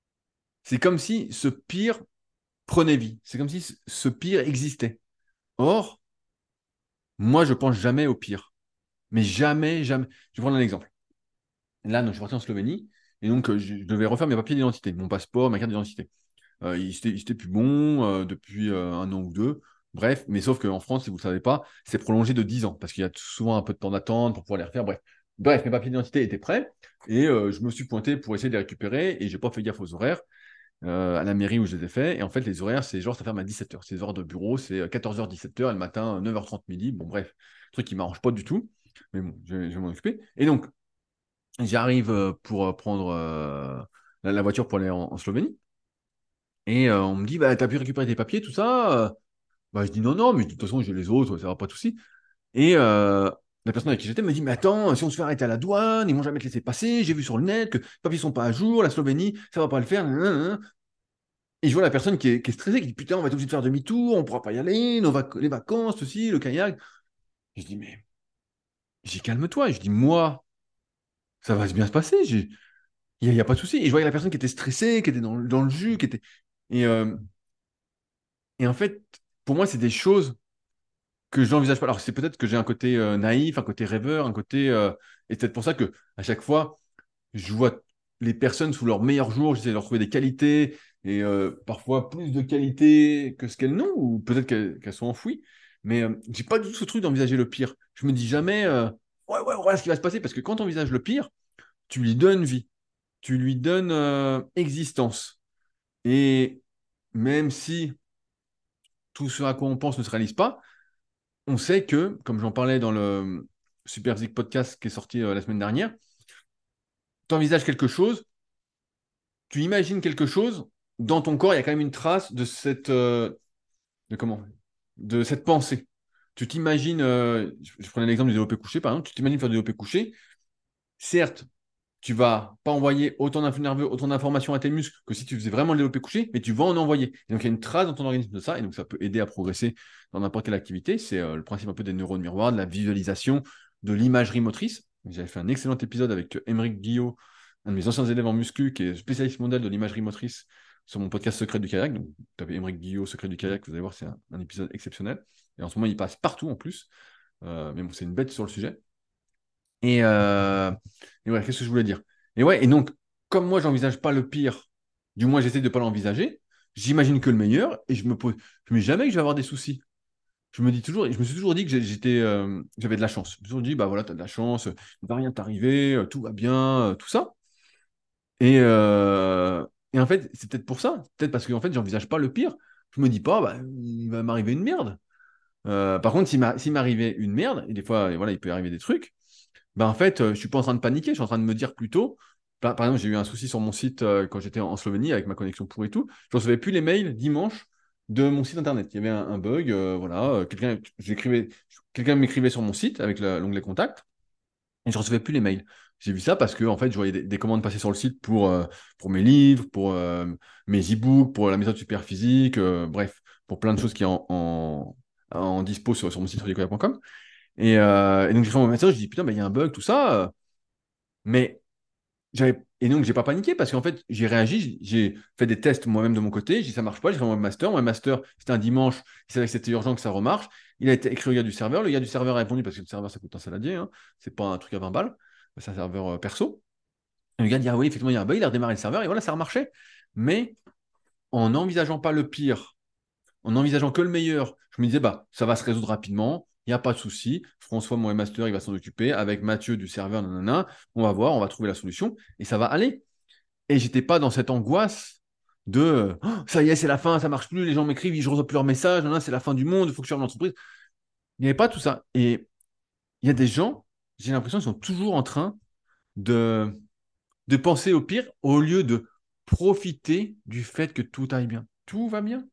c'est comme si ce pire prenait vie. C'est comme si ce ce pire existait. Or, moi, je pense jamais au pire. Mais jamais, jamais. Je vais prendre un exemple. Là, donc, je suis parti en Slovénie, et donc euh, je je devais refaire mes papiers d'identité, mon passeport, ma carte d'identité. Euh, ils étaient, ils étaient plus bons euh, depuis euh, un an ou deux. Bref, mais sauf qu'en France, si vous ne le savez pas, c'est prolongé de dix ans, parce qu'il y a souvent un peu de temps d'attente pour pouvoir les refaire. Bref, bref, mes papiers d'identité étaient prêts, et euh, je me suis pointé pour essayer de les récupérer, et j'ai pas fait gaffe aux horaires. Euh, à la mairie où je les ai faits. Et en fait, les horaires, c'est genre, ça ferme à dix-sept heures. C'est les horaires de bureau, c'est quatorze heures, dix-sept heures, et le matin, neuf heures trente, midi. Bon, bref, truc qui m'arrange pas du tout. Mais bon, je, vais je vais m'en occuper. Et donc, j'arrive euh, pour euh, prendre euh, la, la voiture pour aller en, en Slovénie. Et euh, on me dit, bah, t'as pu récupérer tes papiers, tout ça? Euh, Bah, je dis non, non, mais de toute façon, j'ai les autres, ça va pas de souci. Et, euh, la personne avec qui j'étais me dit, mais attends, si on se fait arrêter à la douane, ils vont jamais te laisser passer, j'ai vu sur le net que les papiers sont pas à jour, la Slovénie, ça va pas le faire. Nanana. Et je vois la personne qui est, qui est stressée, qui dit, putain, on va être obligé de faire demi-tour, on pourra pas y aller, nos vac- les vacances aussi, le kayak. Et je dis, mais, j'ai calme-toi. Et je dis, moi, ça va bien se passer, il n'y a, y a pas de souci. Et je voyais la personne qui était stressée, qui était dans, le- dans le jus, qui était... Et, euh, et en fait, pour moi, c'est des choses que je n'envisage pas. Alors, c'est peut-être que j'ai un côté euh, naïf, un côté rêveur, un côté. euh, Et c'est peut-être pour ça que à chaque fois, je vois les personnes sous leur meilleur jour, j'essaie de leur trouver des qualités, et euh, parfois plus de qualités que ce qu'elles n'ont, ou peut-être qu'elles qu'elles sont enfouies. Mais euh, j'ai pas du tout ce truc d'envisager le pire. Je me dis jamais, euh, ouais, ouais, voilà ce qui va se passer, parce que quand on envisage le pire, tu lui donnes vie, tu lui donnes euh, existence. Et même si tout ce à quoi on pense ne se réalise pas, on sait que, comme j'en parlais dans le Super Physique Podcast qui est sorti euh, la semaine dernière, tu envisages quelque chose, tu imagines quelque chose, dans ton corps, il y a quand même une trace de cette, euh, de comment, de cette pensée. Tu t'imagines, euh, je je prenais l'exemple du développé couché, par exemple, tu t'imagines faire du développé couché. Certes, tu vas pas envoyer autant d'influx nerveux, autant d'informations à tes muscles que si tu faisais vraiment le développé couché, mais tu vas en envoyer. Et donc, il y a une trace dans ton organisme de ça, et donc ça peut aider à progresser dans n'importe quelle activité. C'est euh, le principe un peu des neurones miroirs, de la visualisation, de l'imagerie motrice. J'avais fait un excellent épisode avec Émeric Guillot, un de mes anciens élèves en muscu, qui est spécialiste mondial de l'imagerie motrice, sur mon podcast Secret du kayak. Donc, tu avais Émeric Guillot, Secret du kayak, vous allez voir, c'est un, un épisode exceptionnel. Et en ce moment, il passe partout en plus. Euh, mais bon, c'est une bête sur le sujet. Et, euh, et ouais, qu'est-ce que je voulais dire? Et ouais, et donc, comme moi, j'envisage pas le pire, du moins j'essaie de pas l'envisager, j'imagine que le meilleur, et je me pose, je me dis jamais que je vais avoir des soucis. Je me dis toujours, je me suis toujours dit que j'ai- j'étais, euh, j'avais de la chance. Je me suis toujours dit, bah voilà, t'as de la chance, il va rien t'arriver, euh, tout va bien, euh, tout ça. Et, euh, et en fait, c'est peut-être pour ça, peut-être parce que en fait, j'envisage pas le pire. Je me dis pas, bah, il va m'arriver une merde. Euh, par contre, s'il m'a- s'il m'arrivait une merde, et des fois, et voilà, il peut arriver des trucs, ben en fait, euh, je suis pas en train de paniquer, je suis en train de me dire plutôt, par, par exemple, j'ai eu un souci sur mon site euh, quand j'étais en Slovénie avec ma connexion pourrie et tout, je recevais plus les mails dimanche de mon site internet. Il y avait un, un bug, euh, voilà, euh, quelqu'un j'écrivais, quelqu'un m'écrivait sur mon site avec la- l'onglet contact et je recevais plus les mails. J'ai vu ça parce que en fait, je voyais des, des commandes passer sur le site pour, euh, pour mes livres, pour euh, mes e-books, pour la méthode super physique, euh, bref, pour plein de choses qui sont en, en, en dispo sur, sur mon site rudicoya point com. Et, euh, et donc j'ai fait mon message, je dis putain, bah, il y a un bug, tout ça. euh, mais j'avais. Et donc, j'ai pas paniqué parce qu'en fait, j'ai réagi, j'ai fait des tests moi-même de mon côté. J'ai dit ça marche pas, j'ai fait mon webmaster. Mon webmaster, c'était un dimanche, il savait que c'était urgent que ça remarche. Il a été écrit au gars du serveur. Le gars du serveur a répondu parce que le serveur, ça coûte un saladier, hein. C'est pas un truc à vingt balles, c'est un serveur euh, perso. Et le gars dit ah oui, effectivement, il y a un bug, il a redémarré le serveur et voilà, ça a remarché. Mais en n'envisageant pas le pire, en envisageant que le meilleur, je me disais, bah, ça va se résoudre rapidement, il n'y a pas de souci. François, mon webmaster, il va s'en occuper. Avec Mathieu du serveur, nanana, on va voir, on va trouver la solution et ça va aller. Et j'étais pas dans cette angoisse de oh, ça y est, c'est la fin, ça marche plus, les gens m'écrivent, je reçois plus leurs messages, nanana, c'est la fin du monde, il faut que je change d'entreprise. Il n'y avait pas tout ça. Et il y a des gens, j'ai l'impression qu'ils sont toujours en train de, de penser au pire au lieu de profiter du fait que tout aille bien. Tout va bien.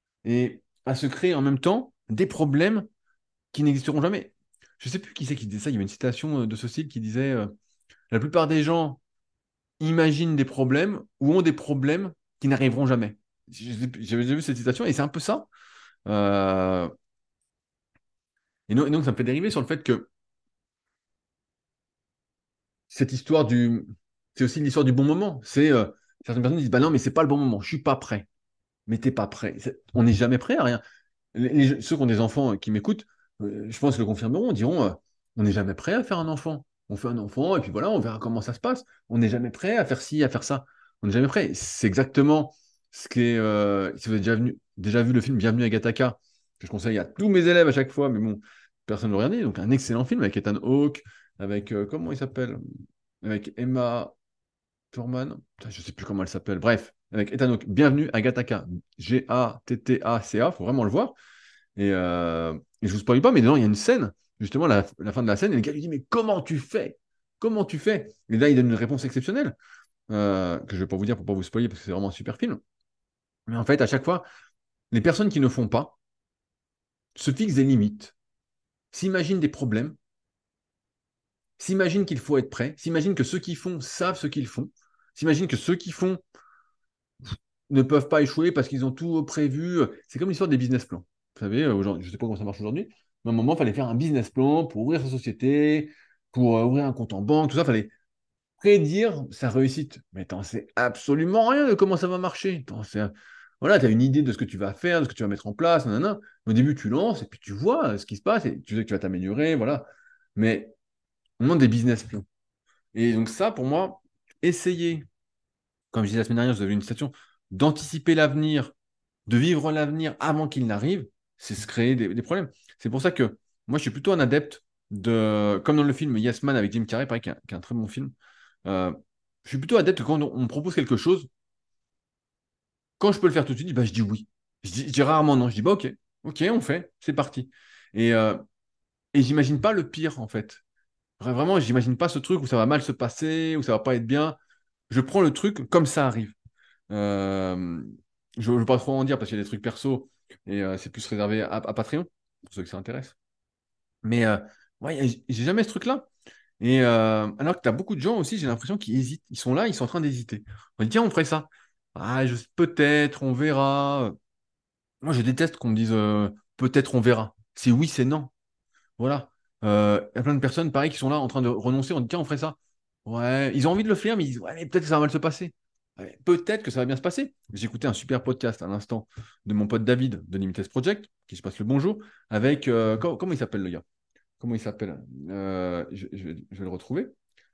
Et à se créer en même temps des problèmes qui n'existeront jamais. Je sais plus qui c'est qui disait ça. Il y avait une citation euh, de ce style qui disait euh, la plupart des gens imaginent des problèmes ou ont des problèmes qui n'arriveront jamais. Je sais plus, j'avais déjà vu cette citation et c'est un peu ça. Euh, et, non- et donc, ça me fait dériver sur le fait que cette histoire du. C'est aussi l'histoire du bon moment. C'est euh, certaines personnes disent bah non, mais c'est pas le bon moment, je suis pas prêt. Mais t'es pas prêt. C'est- On n'est jamais prêt à rien. Les- les- ceux qui ont des enfants euh, qui m'écoutent, euh, je pense qu'ils le confirmeront, diront euh, on n'est jamais prêt à faire un enfant. On fait un enfant et puis voilà, on verra comment ça se passe. On n'est jamais prêt à faire ci, à faire ça. On n'est jamais prêt. C'est exactement ce qui est. euh, si vous avez déjà, venu- déjà vu le film Bienvenue à Gattaca, que je conseille à tous mes élèves à chaque fois, mais bon, personne ne l'a regardé. Donc, un excellent film avec Ethan Hawke, avec. euh, comment il s'appelle? Avec Emma Thurman. Putain, je ne sais plus comment elle s'appelle. Bref, avec Ethan Hawke. Bienvenue à Gattaca. G A T T A C A, il faut vraiment le voir. Et, euh, et je vous spoil pas, mais dedans, il y a une scène, justement, la, la fin de la scène, et le gars lui dit, mais comment tu fais? Comment tu fais? Et là, il donne une réponse exceptionnelle, euh, que je vais pas vous dire pour pas vous spoiler, parce que c'est vraiment un super film. Mais en fait, à chaque fois, les personnes qui ne font pas se fixent des limites, s'imaginent des problèmes, s'imagine qu'il faut être prêt, s'imagine que ceux qui font savent ce qu'ils font, s'imagine que ceux qui font ne peuvent pas échouer parce qu'ils ont tout prévu. C'est comme l'histoire des business plans. Vous savez, euh, aujourd'hui, je ne sais pas comment ça marche aujourd'hui, mais à un moment, il fallait faire un business plan pour ouvrir sa société, pour euh, ouvrir un compte en banque, tout ça, il fallait prédire sa réussite. Mais t'en sais absolument rien de comment ça va marcher. T'en sais- Voilà, tu as une idée de ce que tu vas faire, de ce que tu vas mettre en place, nanana. Au début, tu lances et puis tu vois euh, ce qui se passe et tu sais que tu vas t'améliorer, voilà. Mais on demande des business plans. Et donc ça, pour moi, essayer, comme je disais la semaine dernière, je vous avais une station, d'anticiper l'avenir, de vivre l'avenir avant qu'il n'arrive, c'est se créer des, des problèmes. C'est pour ça que moi, je suis plutôt un adepte de, comme dans le film Yes Man avec Jim Carrey, pareil, qui est un, qui est un très bon film. euh, je suis plutôt adepte que quand on, on me propose quelque chose, quand je peux le faire tout de suite, bah, je dis oui. Je dis, je dis rarement non. Je dis bah ok, ok, on fait, c'est parti. Et, euh, et j'imagine pas le pire en fait. Vra- Vraiment, j'imagine pas ce truc où ça va mal se passer, où ça va pas être bien. Je prends le truc comme ça arrive. Euh, je ne veux pas trop en dire parce qu'il y a des trucs perso et euh, c'est plus réservé à, à Patreon, pour ceux que ça intéresse. Mais euh, ouais, j- j'ai jamais ce truc-là. Et euh, alors que tu as beaucoup de gens aussi, j'ai l'impression qu'ils hésitent. Ils sont là, ils sont en train d'hésiter. On dit, tiens, on ferait ça. Ah, je... peut-être, on verra. Moi, je déteste qu'on me dise euh, peut-être, on verra. C'est oui, c'est non. Voilà. Euh, Il y a plein de personnes, pareil, qui sont là en train de renoncer. On dit, tiens, on ferait ça. Ouais, ils ont envie de le faire, mais ils disent, ouais, mais peut-être que ça va mal se passer. Ouais, peut-être que ça va bien se passer. J'ai écouté un super podcast à l'instant de mon pote David de Limitless Project, qui se passe le bonjour, avec, euh, co- comment il s'appelle le gars? Comment il s'appelle? Euh, je, je vais je vais le retrouver.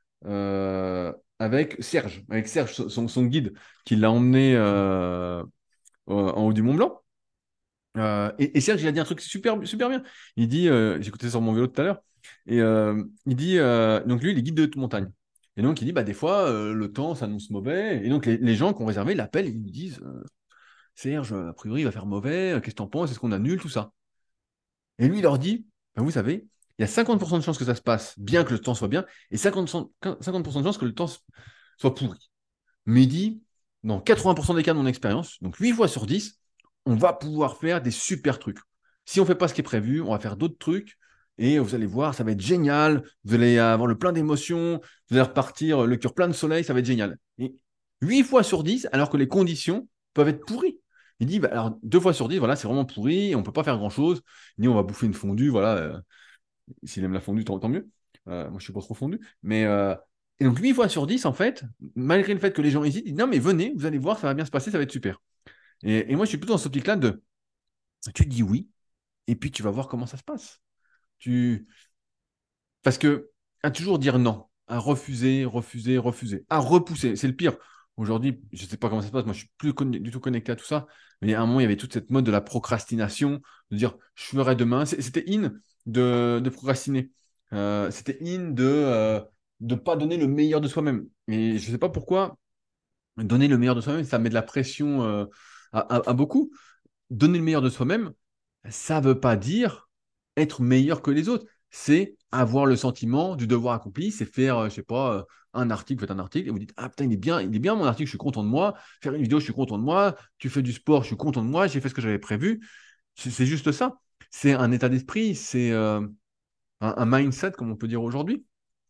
Euh, avec Serge, avec Serge, son, son guide, qui l'a emmené euh, en haut du Mont Blanc. Euh, et, et Serge, il a dit un truc super, super bien. Il dit, euh, j'écoutais sur mon vélo tout à l'heure, et euh, il dit, euh, donc lui, il est guide de montagne. Et donc, il dit, bah, des fois, euh, le temps s'annonce mauvais. Et donc, les, les gens qui ont réservé l'appellent, ils lui disent, euh, Serge, a priori, il va faire mauvais. Qu'est-ce que t'en penses? Est-ce qu'on annule tout ça? Et lui, il leur dit, bah, vous savez, il y a cinquante pour cent de chances que ça se passe bien, que le temps soit bien, et cinquante pour cent cinquante pour cent de chances que le temps soit pourri. Mais il dit, dans quatre-vingts pour cent des cas de mon expérience, donc huit fois sur dix, on va pouvoir faire des super trucs. Si on ne fait pas ce qui est prévu, on va faire d'autres trucs, et vous allez voir, ça va être génial, vous allez avoir le plein d'émotions, vous allez repartir le cœur plein de soleil, ça va être génial. Et huit fois sur dix, alors que les conditions peuvent être pourries. Il dit, bah, alors deux fois sur dix, voilà, c'est vraiment pourri, on ne peut pas faire grand-chose. Il dit, on va bouffer une fondue, voilà, euh, s'il aime la fondue, tant, tant mieux. Euh, moi, je suis pas trop fondu. Mais euh, et donc, huit fois sur dix, en fait, malgré le fait que les gens hésitent, ils disent non, mais venez, vous allez voir, ça va bien se passer, ça va être super. Et, et moi, je suis plutôt dans cette optique-là de tu dis oui, et puis tu vas voir comment ça se passe. Tu... Parce que à toujours dire non, à refuser, refuser, refuser, à repousser, c'est le pire. Aujourd'hui, je ne sais pas comment ça se passe, moi je suis plus conne- du tout connecté à tout ça, mais à un moment, il y avait toute cette mode de la procrastination, de dire je ferai demain. C'est- C'était in de, de procrastiner. Euh, c'était in de ne pas donner le meilleur de soi-même. Et je ne sais pas pourquoi donner le meilleur de soi-même, ça met de la pression euh, à, à- à beaucoup. Donner le meilleur de soi-même, ça ne veut pas dire être meilleur que les autres. C'est avoir le sentiment du devoir accompli, c'est faire, euh, je sais pas, euh, un article, vous faites un article et vous dites, ah putain, il est bien, il est bien mon article, je suis content de moi. Faire une vidéo, je suis content de moi. Tu fais du sport, je suis content de moi. J'ai fait ce que j'avais prévu. C'est c'est juste ça. C'est un état d'esprit, c'est euh, un, un mindset, comme on peut dire aujourd'hui.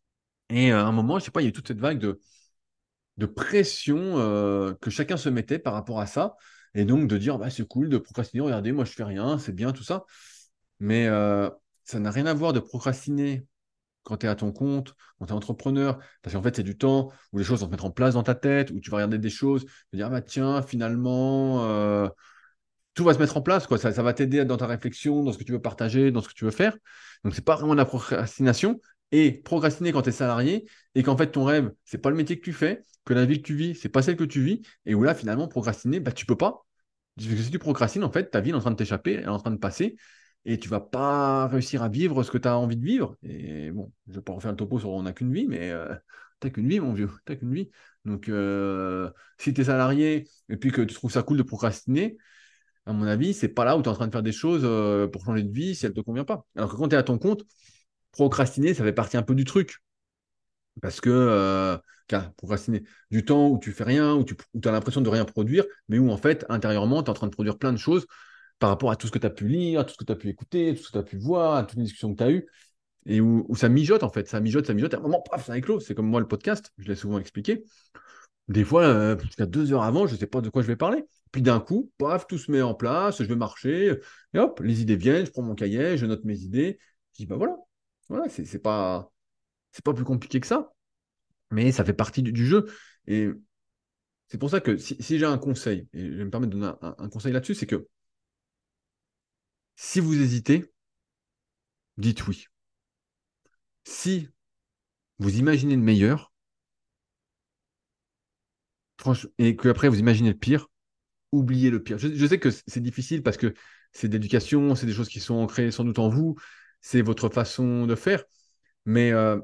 Et euh, à un moment, je sais pas, il y a eu toute cette vague de, de pression euh, que chacun se mettait par rapport à ça. Et donc de dire, bah, c'est cool de procrastiner, regardez, moi je fais rien, c'est bien tout ça. Mais euh, ça n'a rien à voir de procrastiner quand tu es à ton compte, quand tu es entrepreneur, parce qu'en fait, c'est du temps où les choses vont se mettre en place dans ta tête, où tu vas regarder des choses, te dire, ah bah tiens, finalement, euh, tout va se mettre en place, quoi. Ça, ça va t'aider dans ta réflexion, dans ce que tu veux partager, dans ce que tu veux faire. Donc, c'est pas vraiment de la procrastination. Et procrastiner quand tu es salarié et qu'en fait, ton rêve, c'est pas le métier que tu fais, que la vie que tu vis, c'est pas celle que tu vis, et où là, finalement, procrastiner, bah, tu peux pas. Parce que si tu procrastines, en fait, ta vie est en train de t'échapper, elle est en train de passer, et tu vas pas réussir à vivre ce que tu as envie de vivre. Et bon, je vais pas refaire le topo sur on n'a qu'une vie, mais euh, t'as qu'une vie, mon vieux, t'as qu'une vie. Donc, euh, si tu es salarié et puis que tu trouves ça cool de procrastiner, à mon avis, c'est pas là où tu es en train de faire des choses euh, pour changer de vie si elle te convient pas. Alors que quand tu es à ton compte, procrastiner, ça fait partie un peu du truc. Parce que, euh, car, procrastiner, du temps où tu fais rien, où tu as l'impression de rien produire, mais où en fait, intérieurement, tu es en train de produire plein de choses par rapport à tout ce que tu as pu lire, à tout ce que tu as pu écouter, tout ce que tu as pu voir, à toutes les discussions que tu as eues. et où, où ça mijote en fait, ça mijote, ça mijote, et à un moment, paf, ça éclose. C'est comme moi le podcast, je l'ai souvent expliqué. Des fois, euh, jusqu'à deux heures avant, je ne sais pas de quoi je vais parler. Puis d'un coup, paf, tout se met en place, je vais marcher, et hop, les idées viennent, je prends mon cahier, je note mes idées. Je dis, bah voilà, voilà, c'est c'est pas, c'est pas plus compliqué que ça, mais ça fait partie du, du jeu. Et c'est pour ça que si, si j'ai un conseil, et je vais me permettre de donner un, un conseil là-dessus, c'est que si vous hésitez, dites oui. Si vous imaginez le meilleur, franchement, et que après vous imaginez le pire, oubliez le pire. Je, je sais que c'est difficile parce que c'est d'éducation, c'est des choses qui sont ancrées sans doute en vous, c'est votre façon de faire, mais, euh,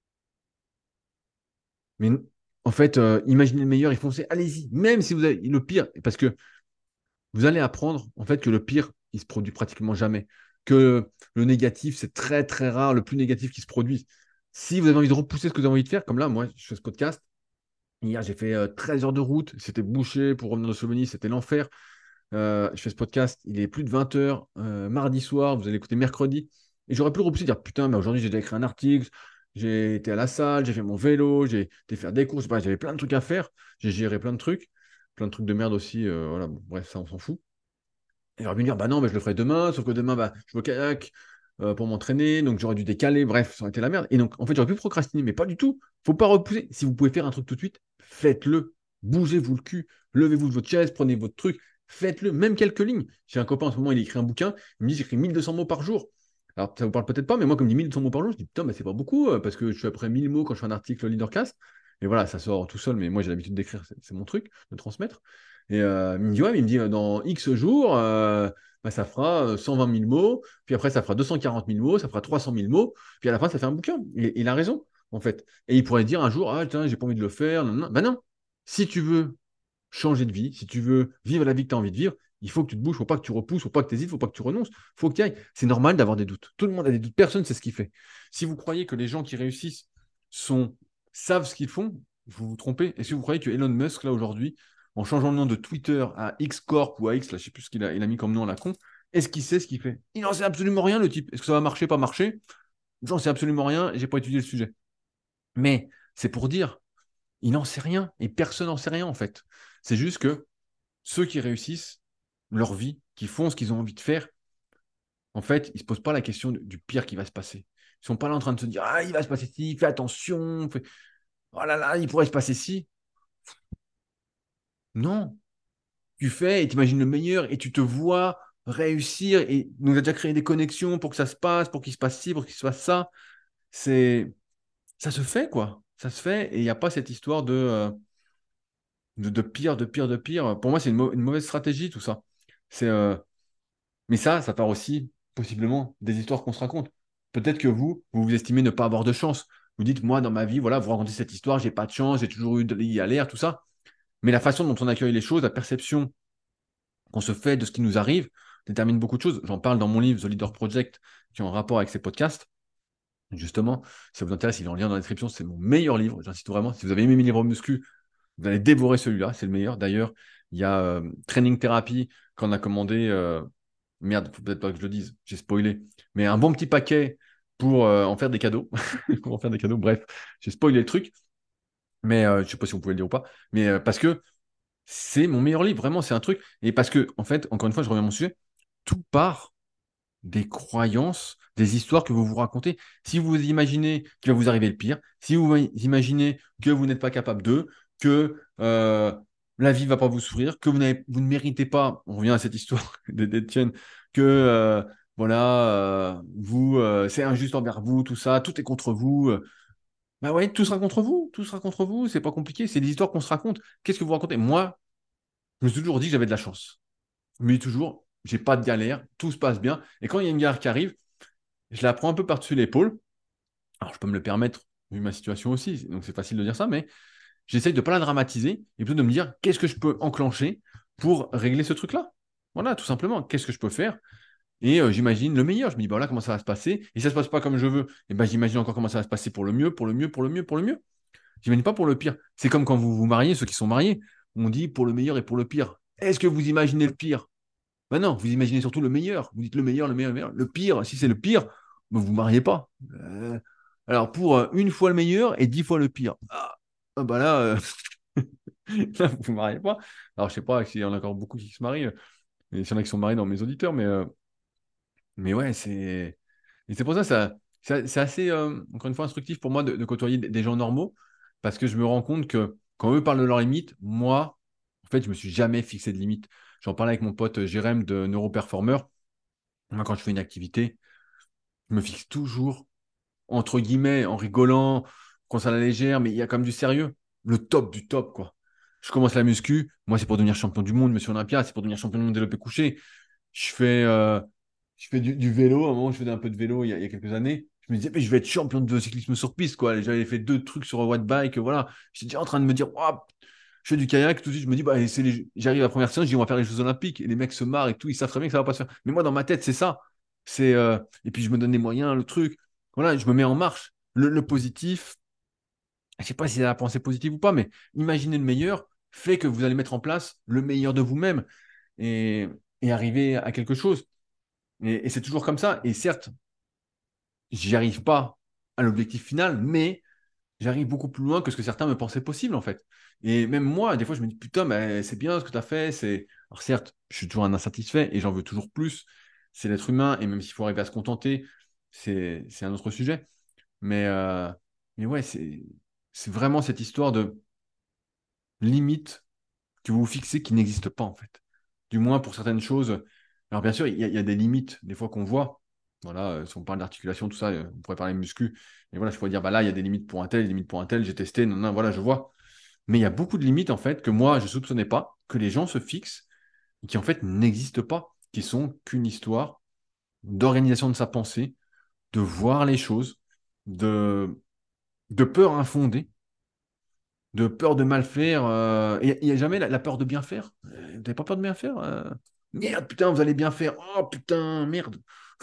mais en fait, euh, imaginez le meilleur et foncez, allez-y, même si vous avez le pire, parce que vous allez apprendre en fait que le pire, il se produit pratiquement jamais, que le négatif, c'est très très rare, le plus négatif qui se produit. Si vous avez envie de repousser ce que vous avez envie de faire, comme là, moi, je fais ce podcast. Hier, j'ai fait euh, treize heures de route. C'était bouché pour revenir de Slovénie. C'était l'enfer. Euh, je fais ce podcast. Il est plus de vingt heures. Euh, mardi soir. Vous allez écouter mercredi. Et j'aurais pu le repousser et dire putain, mais aujourd'hui, j'ai déjà écrit un article. J'ai été à la salle. J'ai fait mon vélo. J'ai été faire des courses. Bref, j'avais plein de trucs à faire. J'ai géré plein de trucs. Plein de trucs de merde aussi. Euh, voilà. Bon, bref, ça, on s'en fout. Et j'aurais pu me dire, bah non, mais je le ferai demain, sauf que demain, bah, je vais au kayak euh, pour m'entraîner, donc j'aurais dû décaler, bref, ça aurait été la merde. Et donc, en fait, j'aurais pu procrastiner, mais pas du tout. Faut pas repousser. Si vous pouvez faire un truc tout de suite, faites-le. Bougez-vous le cul, levez-vous de votre chaise, prenez votre truc, faites-le, même quelques lignes. J'ai un copain en ce moment, il écrit un bouquin, il me dit, j'écris mille deux cents mots par jour. Alors, ça vous parle peut-être pas, mais moi, comme il dit mille deux cents mots par jour, je dis, putain, bah, c'est pas beaucoup, euh, parce que je suis après mille mots quand je fais un article Leadercast. Et voilà, ça sort tout seul, mais moi, j'ai l'habitude d'écrire, c'est c'est mon truc, de transmettre. Et euh, il me dit, ouais, mais il me dit, euh, dans X jours, euh, bah, ça fera euh, cent vingt mille mots, puis après, ça fera deux cent quarante mille mots, ça fera trois cent mille mots, puis à la fin, ça fait un bouquin. Et il a raison, en fait. Et il pourrait dire un jour, ah, tiens, j'ai pas envie de le faire. Non, non. Ben non. Si tu veux changer de vie, si tu veux vivre la vie que tu as envie de vivre, il faut que tu te bouges, faut pas que tu repousses, faut pas que tu hésites, faut pas que tu renonces, faut que tu ailles. C'est normal d'avoir des doutes. Tout le monde a des doutes, personne ne sait ce qu'il fait. Si vous croyez que les gens qui réussissent sont, savent ce qu'ils font, vous vous trompez. Et si vous croyez que Elon Musk, là, aujourd'hui, en changeant le nom de Twitter à X Corp ou à X, là, je sais plus ce qu'il a, il a mis comme nom à la con, est-ce qu'il sait ce qu'il fait? Il n'en sait absolument rien, le type. Est-ce que ça va marcher, pas marcher? J'en sais absolument rien et j'ai pas étudié le sujet. Mais c'est pour dire, il n'en sait rien et personne n'en sait rien, en fait. C'est juste que ceux qui réussissent leur vie, qui font ce qu'ils ont envie de faire, en fait, ils ne se posent pas la question du pire qui va se passer. Ils ne sont pas là en train de se dire, ah, il va se passer ci, fais attention, fais... oh là là, il pourrait se passer ci. Non, tu fais et tu imagines le meilleur et tu te vois réussir et nous a déjà créé des connexions pour que ça se passe, pour qu'il se passe ci, pour qu'il se passe ça. C'est, ça se fait, quoi. Ça se fait et il n'y a pas cette histoire de, euh, de, de pire, de pire, de pire. Pour moi, c'est une, mau- une mauvaise stratégie, tout ça. C'est, euh, Mais ça, ça part aussi possiblement des histoires qu'on se raconte. Peut-être que vous, vous vous estimez ne pas avoir de chance. Vous dites, moi, dans ma vie, voilà, vous racontez cette histoire, j'ai pas de chance, j'ai toujours eu de galères, tout ça. Mais la façon dont on accueille les choses, la perception qu'on se fait de ce qui nous arrive, détermine beaucoup de choses. J'en parle dans mon livre, The Leader Project, qui est en rapport avec ces podcasts. Justement, si ça vous intéresse, il est en lien dans la description. C'est mon meilleur livre, j'insiste vraiment. Si vous avez aimé mes livres muscu, vous allez dévorer celui-là, c'est le meilleur. D'ailleurs, il y a euh, Training Therapy qu'on a commandé. euh, Merde, faut peut-être pas que je le dise, j'ai spoilé. Mais un bon petit paquet pour euh, en faire des cadeaux. Pour en faire des cadeaux, bref, j'ai spoilé le truc. Mais euh, je sais pas si vous pouvez le dire ou pas. Mais euh, parce que c'est mon meilleur livre, vraiment, c'est un truc. Et parce que, en fait, encore une fois, je reviens à mon sujet, tout part des croyances, des histoires que vous vous racontez. Si vous imaginez qu'il va vous arriver le pire, si vous imaginez que vous n'êtes pas capable de, que euh, la vie ne va pas vous sourire, que vous, n'avez- vous ne méritez pas, on revient à cette histoire de- d'Étienne, que euh, voilà, euh, vous, euh, c'est injuste envers vous, tout ça, tout est contre vous. euh, Bah ouais, tout sera contre vous, tout sera contre vous, c'est pas compliqué, c'est des histoires qu'on se raconte. Qu'est-ce que vous racontez? Moi, je me suis toujours dit que j'avais de la chance. Je me dis toujours, j'ai pas de galère, tout se passe bien. Et quand il y a une galère qui arrive, je la prends un peu par-dessus l'épaule. Alors, je peux me le permettre, vu ma situation aussi, donc c'est facile de dire ça, mais j'essaye de ne pas la dramatiser et plutôt de me dire qu'est-ce que je peux enclencher pour régler ce truc-là. Voilà, tout simplement, qu'est-ce que je peux faire? Et euh, j'imagine le meilleur. Je me dis, bah voilà comment ça va se passer. Et si ça ne se passe pas comme je veux, et ben j'imagine encore comment ça va se passer pour le mieux, pour le mieux, pour le mieux, pour le mieux. J'imagine pas pour le pire. C'est comme quand vous vous mariez, ceux qui sont mariés, on dit pour le meilleur et pour le pire. Est-ce que vous imaginez le pire? Ben non, vous imaginez surtout le meilleur. Vous dites le meilleur, le meilleur, le meilleur. Le pire, si c'est le pire, Mais vous ne mariez pas. Euh, alors, pour euh, une fois le meilleur et dix fois le pire. Ah, ah bah là, euh, là, vous ne mariez pas. Alors, je sais pas s'il y en a encore beaucoup qui se marient, euh, et s'il y en a qui sont mariés dans mes auditeurs, mais, euh, mais ouais, c'est. Et c'est pour ça, ça, ça- c'est assez, euh, encore une fois, instructif pour moi de, de côtoyer des des gens normaux, parce que je me rends compte que quand eux parlent de leurs limites, moi, en fait, je me suis jamais fixé de limite. J'en parlais avec mon pote euh, Jérém de Neuroperformer. Moi, quand je fais une activité, je me fixe toujours, entre guillemets, en rigolant, qu'on ça à la légère, mais il y a quand même du sérieux. Le top du top, quoi. Je commence la muscu. Moi, c'est pour devenir champion du monde, monsieur Olympia. C'est pour devenir champion du monde développé couché. Je fais, euh, je fais du, du vélo. À un moment, je faisais un peu de vélo il y a, il y a quelques années. Je me disais, mais je vais être champion de cyclisme sur piste, quoi. J'avais fait deux trucs sur un watt bike, voilà. J'étais déjà en train de me dire, waouh, je fais du kayak. Tout de suite, je me dis, bah, c'est les... j'arrive à la première séance, je dis, on va faire les Jeux Olympiques. Et les mecs se marrent et tout. Ils savent très bien que ça va pas se faire. Mais moi, dans ma tête, c'est ça. C'est, euh, Et puis, je me donne les moyens, le truc. Voilà, je me mets en marche. Le, le positif, je sais pas si c'est la pensée positive ou pas, mais imaginez le meilleur fait que vous allez mettre en place le meilleur de vous-même et, et arriver à quelque chose. Et, et c'est toujours comme ça. Et certes, j'y arrive pas à l'objectif final, mais j'arrive beaucoup plus loin que ce que certains me pensaient possible, en fait. Et même moi, des fois, je me dis, putain, mais c'est bien ce que tu as fait. C'est... Alors certes, je suis toujours un insatisfait et j'en veux toujours plus. C'est l'être humain, et même s'il faut arriver à se contenter, c'est, c'est un autre sujet. Mais, euh, mais ouais, c'est, c'est vraiment cette histoire de limite que vous vous fixez qui n'existe pas, en fait. Du moins pour certaines choses. Alors bien sûr, il y, a il y a des limites, des fois qu'on voit. Voilà, euh, si on parle d'articulation, tout ça, euh, on pourrait parler de muscu. Et voilà, je pourrais dire, bah là, il y a des limites pour un tel, des limites pour un tel, j'ai testé, non, non, voilà, je vois. Mais il y a beaucoup de limites, en fait, que moi, je ne soupçonnais pas, que les gens se fixent, et qui, en fait, n'existent pas, qui sont qu'une histoire d'organisation de sa pensée, de voir les choses, de, de peur infondée, de peur de mal faire. euh, Il n'y a, jamais la, la peur de bien faire. Euh, Vous n'avez pas peur de bien faire euh Merde, putain, vous allez bien faire. Oh putain, merde.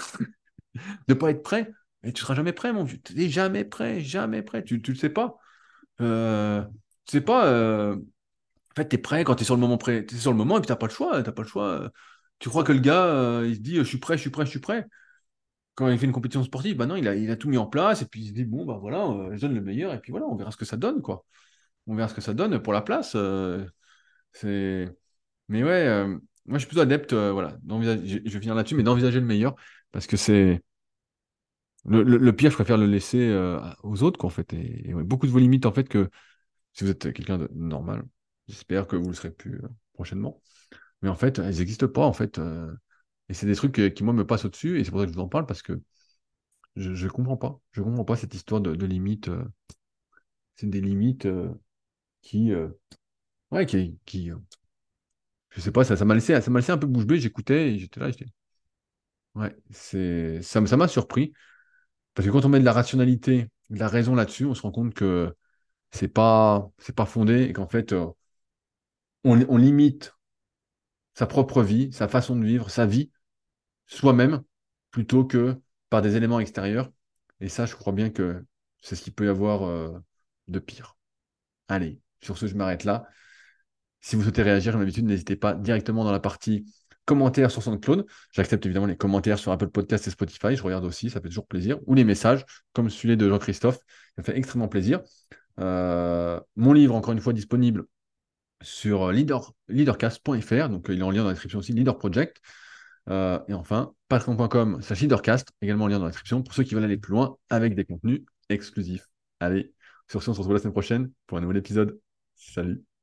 De pas être prêt. Et tu seras jamais prêt, mon vieux. Tu n'es jamais prêt, jamais prêt. Tu ne le sais pas. Euh, tu sais pas. euh, En fait, tu es prêt quand tu es sur le moment prêt. Tu es sur le moment et puis tu n'as pas le choix. T'as pas le choix. euh. Tu crois que le gars, euh, il se dit, je suis prêt, je suis prêt, je suis prêt. Quand il fait une compétition sportive, bah non, il a, il a tout mis en place et puis il se dit, bon, bah voilà, euh, je donne le meilleur et puis voilà, on verra ce que ça donne, quoi. On verra ce que ça donne pour la place. euh, c'est... Mais ouais, euh, moi je suis plutôt adepte, euh, voilà, d'envisager, je je vais finir là-dessus, mais d'envisager le meilleur, parce que c'est le, le- le pire, je préfère le laisser euh, aux autres, quoi, en fait. Et, et ouais, beaucoup de vos limites, en fait, que si vous êtes quelqu'un de normal, j'espère que vous le serez plus euh, prochainement. Mais en fait, elles n'existent pas, en fait. euh, et c'est des trucs euh, qui, moi, me passent au-dessus, et c'est pour ça que je vous en parle, parce que je ne comprends pas. Je comprends pas cette histoire de, de limites. euh, c'est des limites euh, qui, euh, ouais, qui, qui euh, je sais pas, ça, ça m'a laissé, ça m'a laissé un peu bouche bée, j'écoutais, et j'étais là, j'étais, ouais, c'est, ça, m- ça m'a surpris. Parce que quand on met de la rationalité, de la raison là-dessus, on se rend compte que c'est pas, c'est pas fondé et qu'en fait, euh, on, on limite sa propre vie, sa façon de vivre, sa vie, soi-même, plutôt que par des éléments extérieurs. Et ça, je crois bien que c'est ce qu'il peut y avoir euh, de pire. Allez, sur ce, je m'arrête là. Si vous souhaitez réagir, comme d'habitude, n'hésitez pas directement dans la partie commentaires sur SoundCloud. J'accepte évidemment les commentaires sur Apple Podcasts et Spotify. Je regarde aussi, ça fait toujours plaisir. Ou les messages, comme celui de Jean-Christophe. Ça fait extrêmement plaisir. Euh, mon livre, encore une fois, disponible sur leader, leadercast point f r. Donc, euh, il est en lien dans la description aussi, Leader Project. Euh, et enfin, patreon point com slash leadercast, également en lien dans la description pour ceux qui veulent aller plus loin avec des contenus exclusifs. Allez, sur ce, on se retrouve la semaine prochaine pour un nouvel épisode. Salut!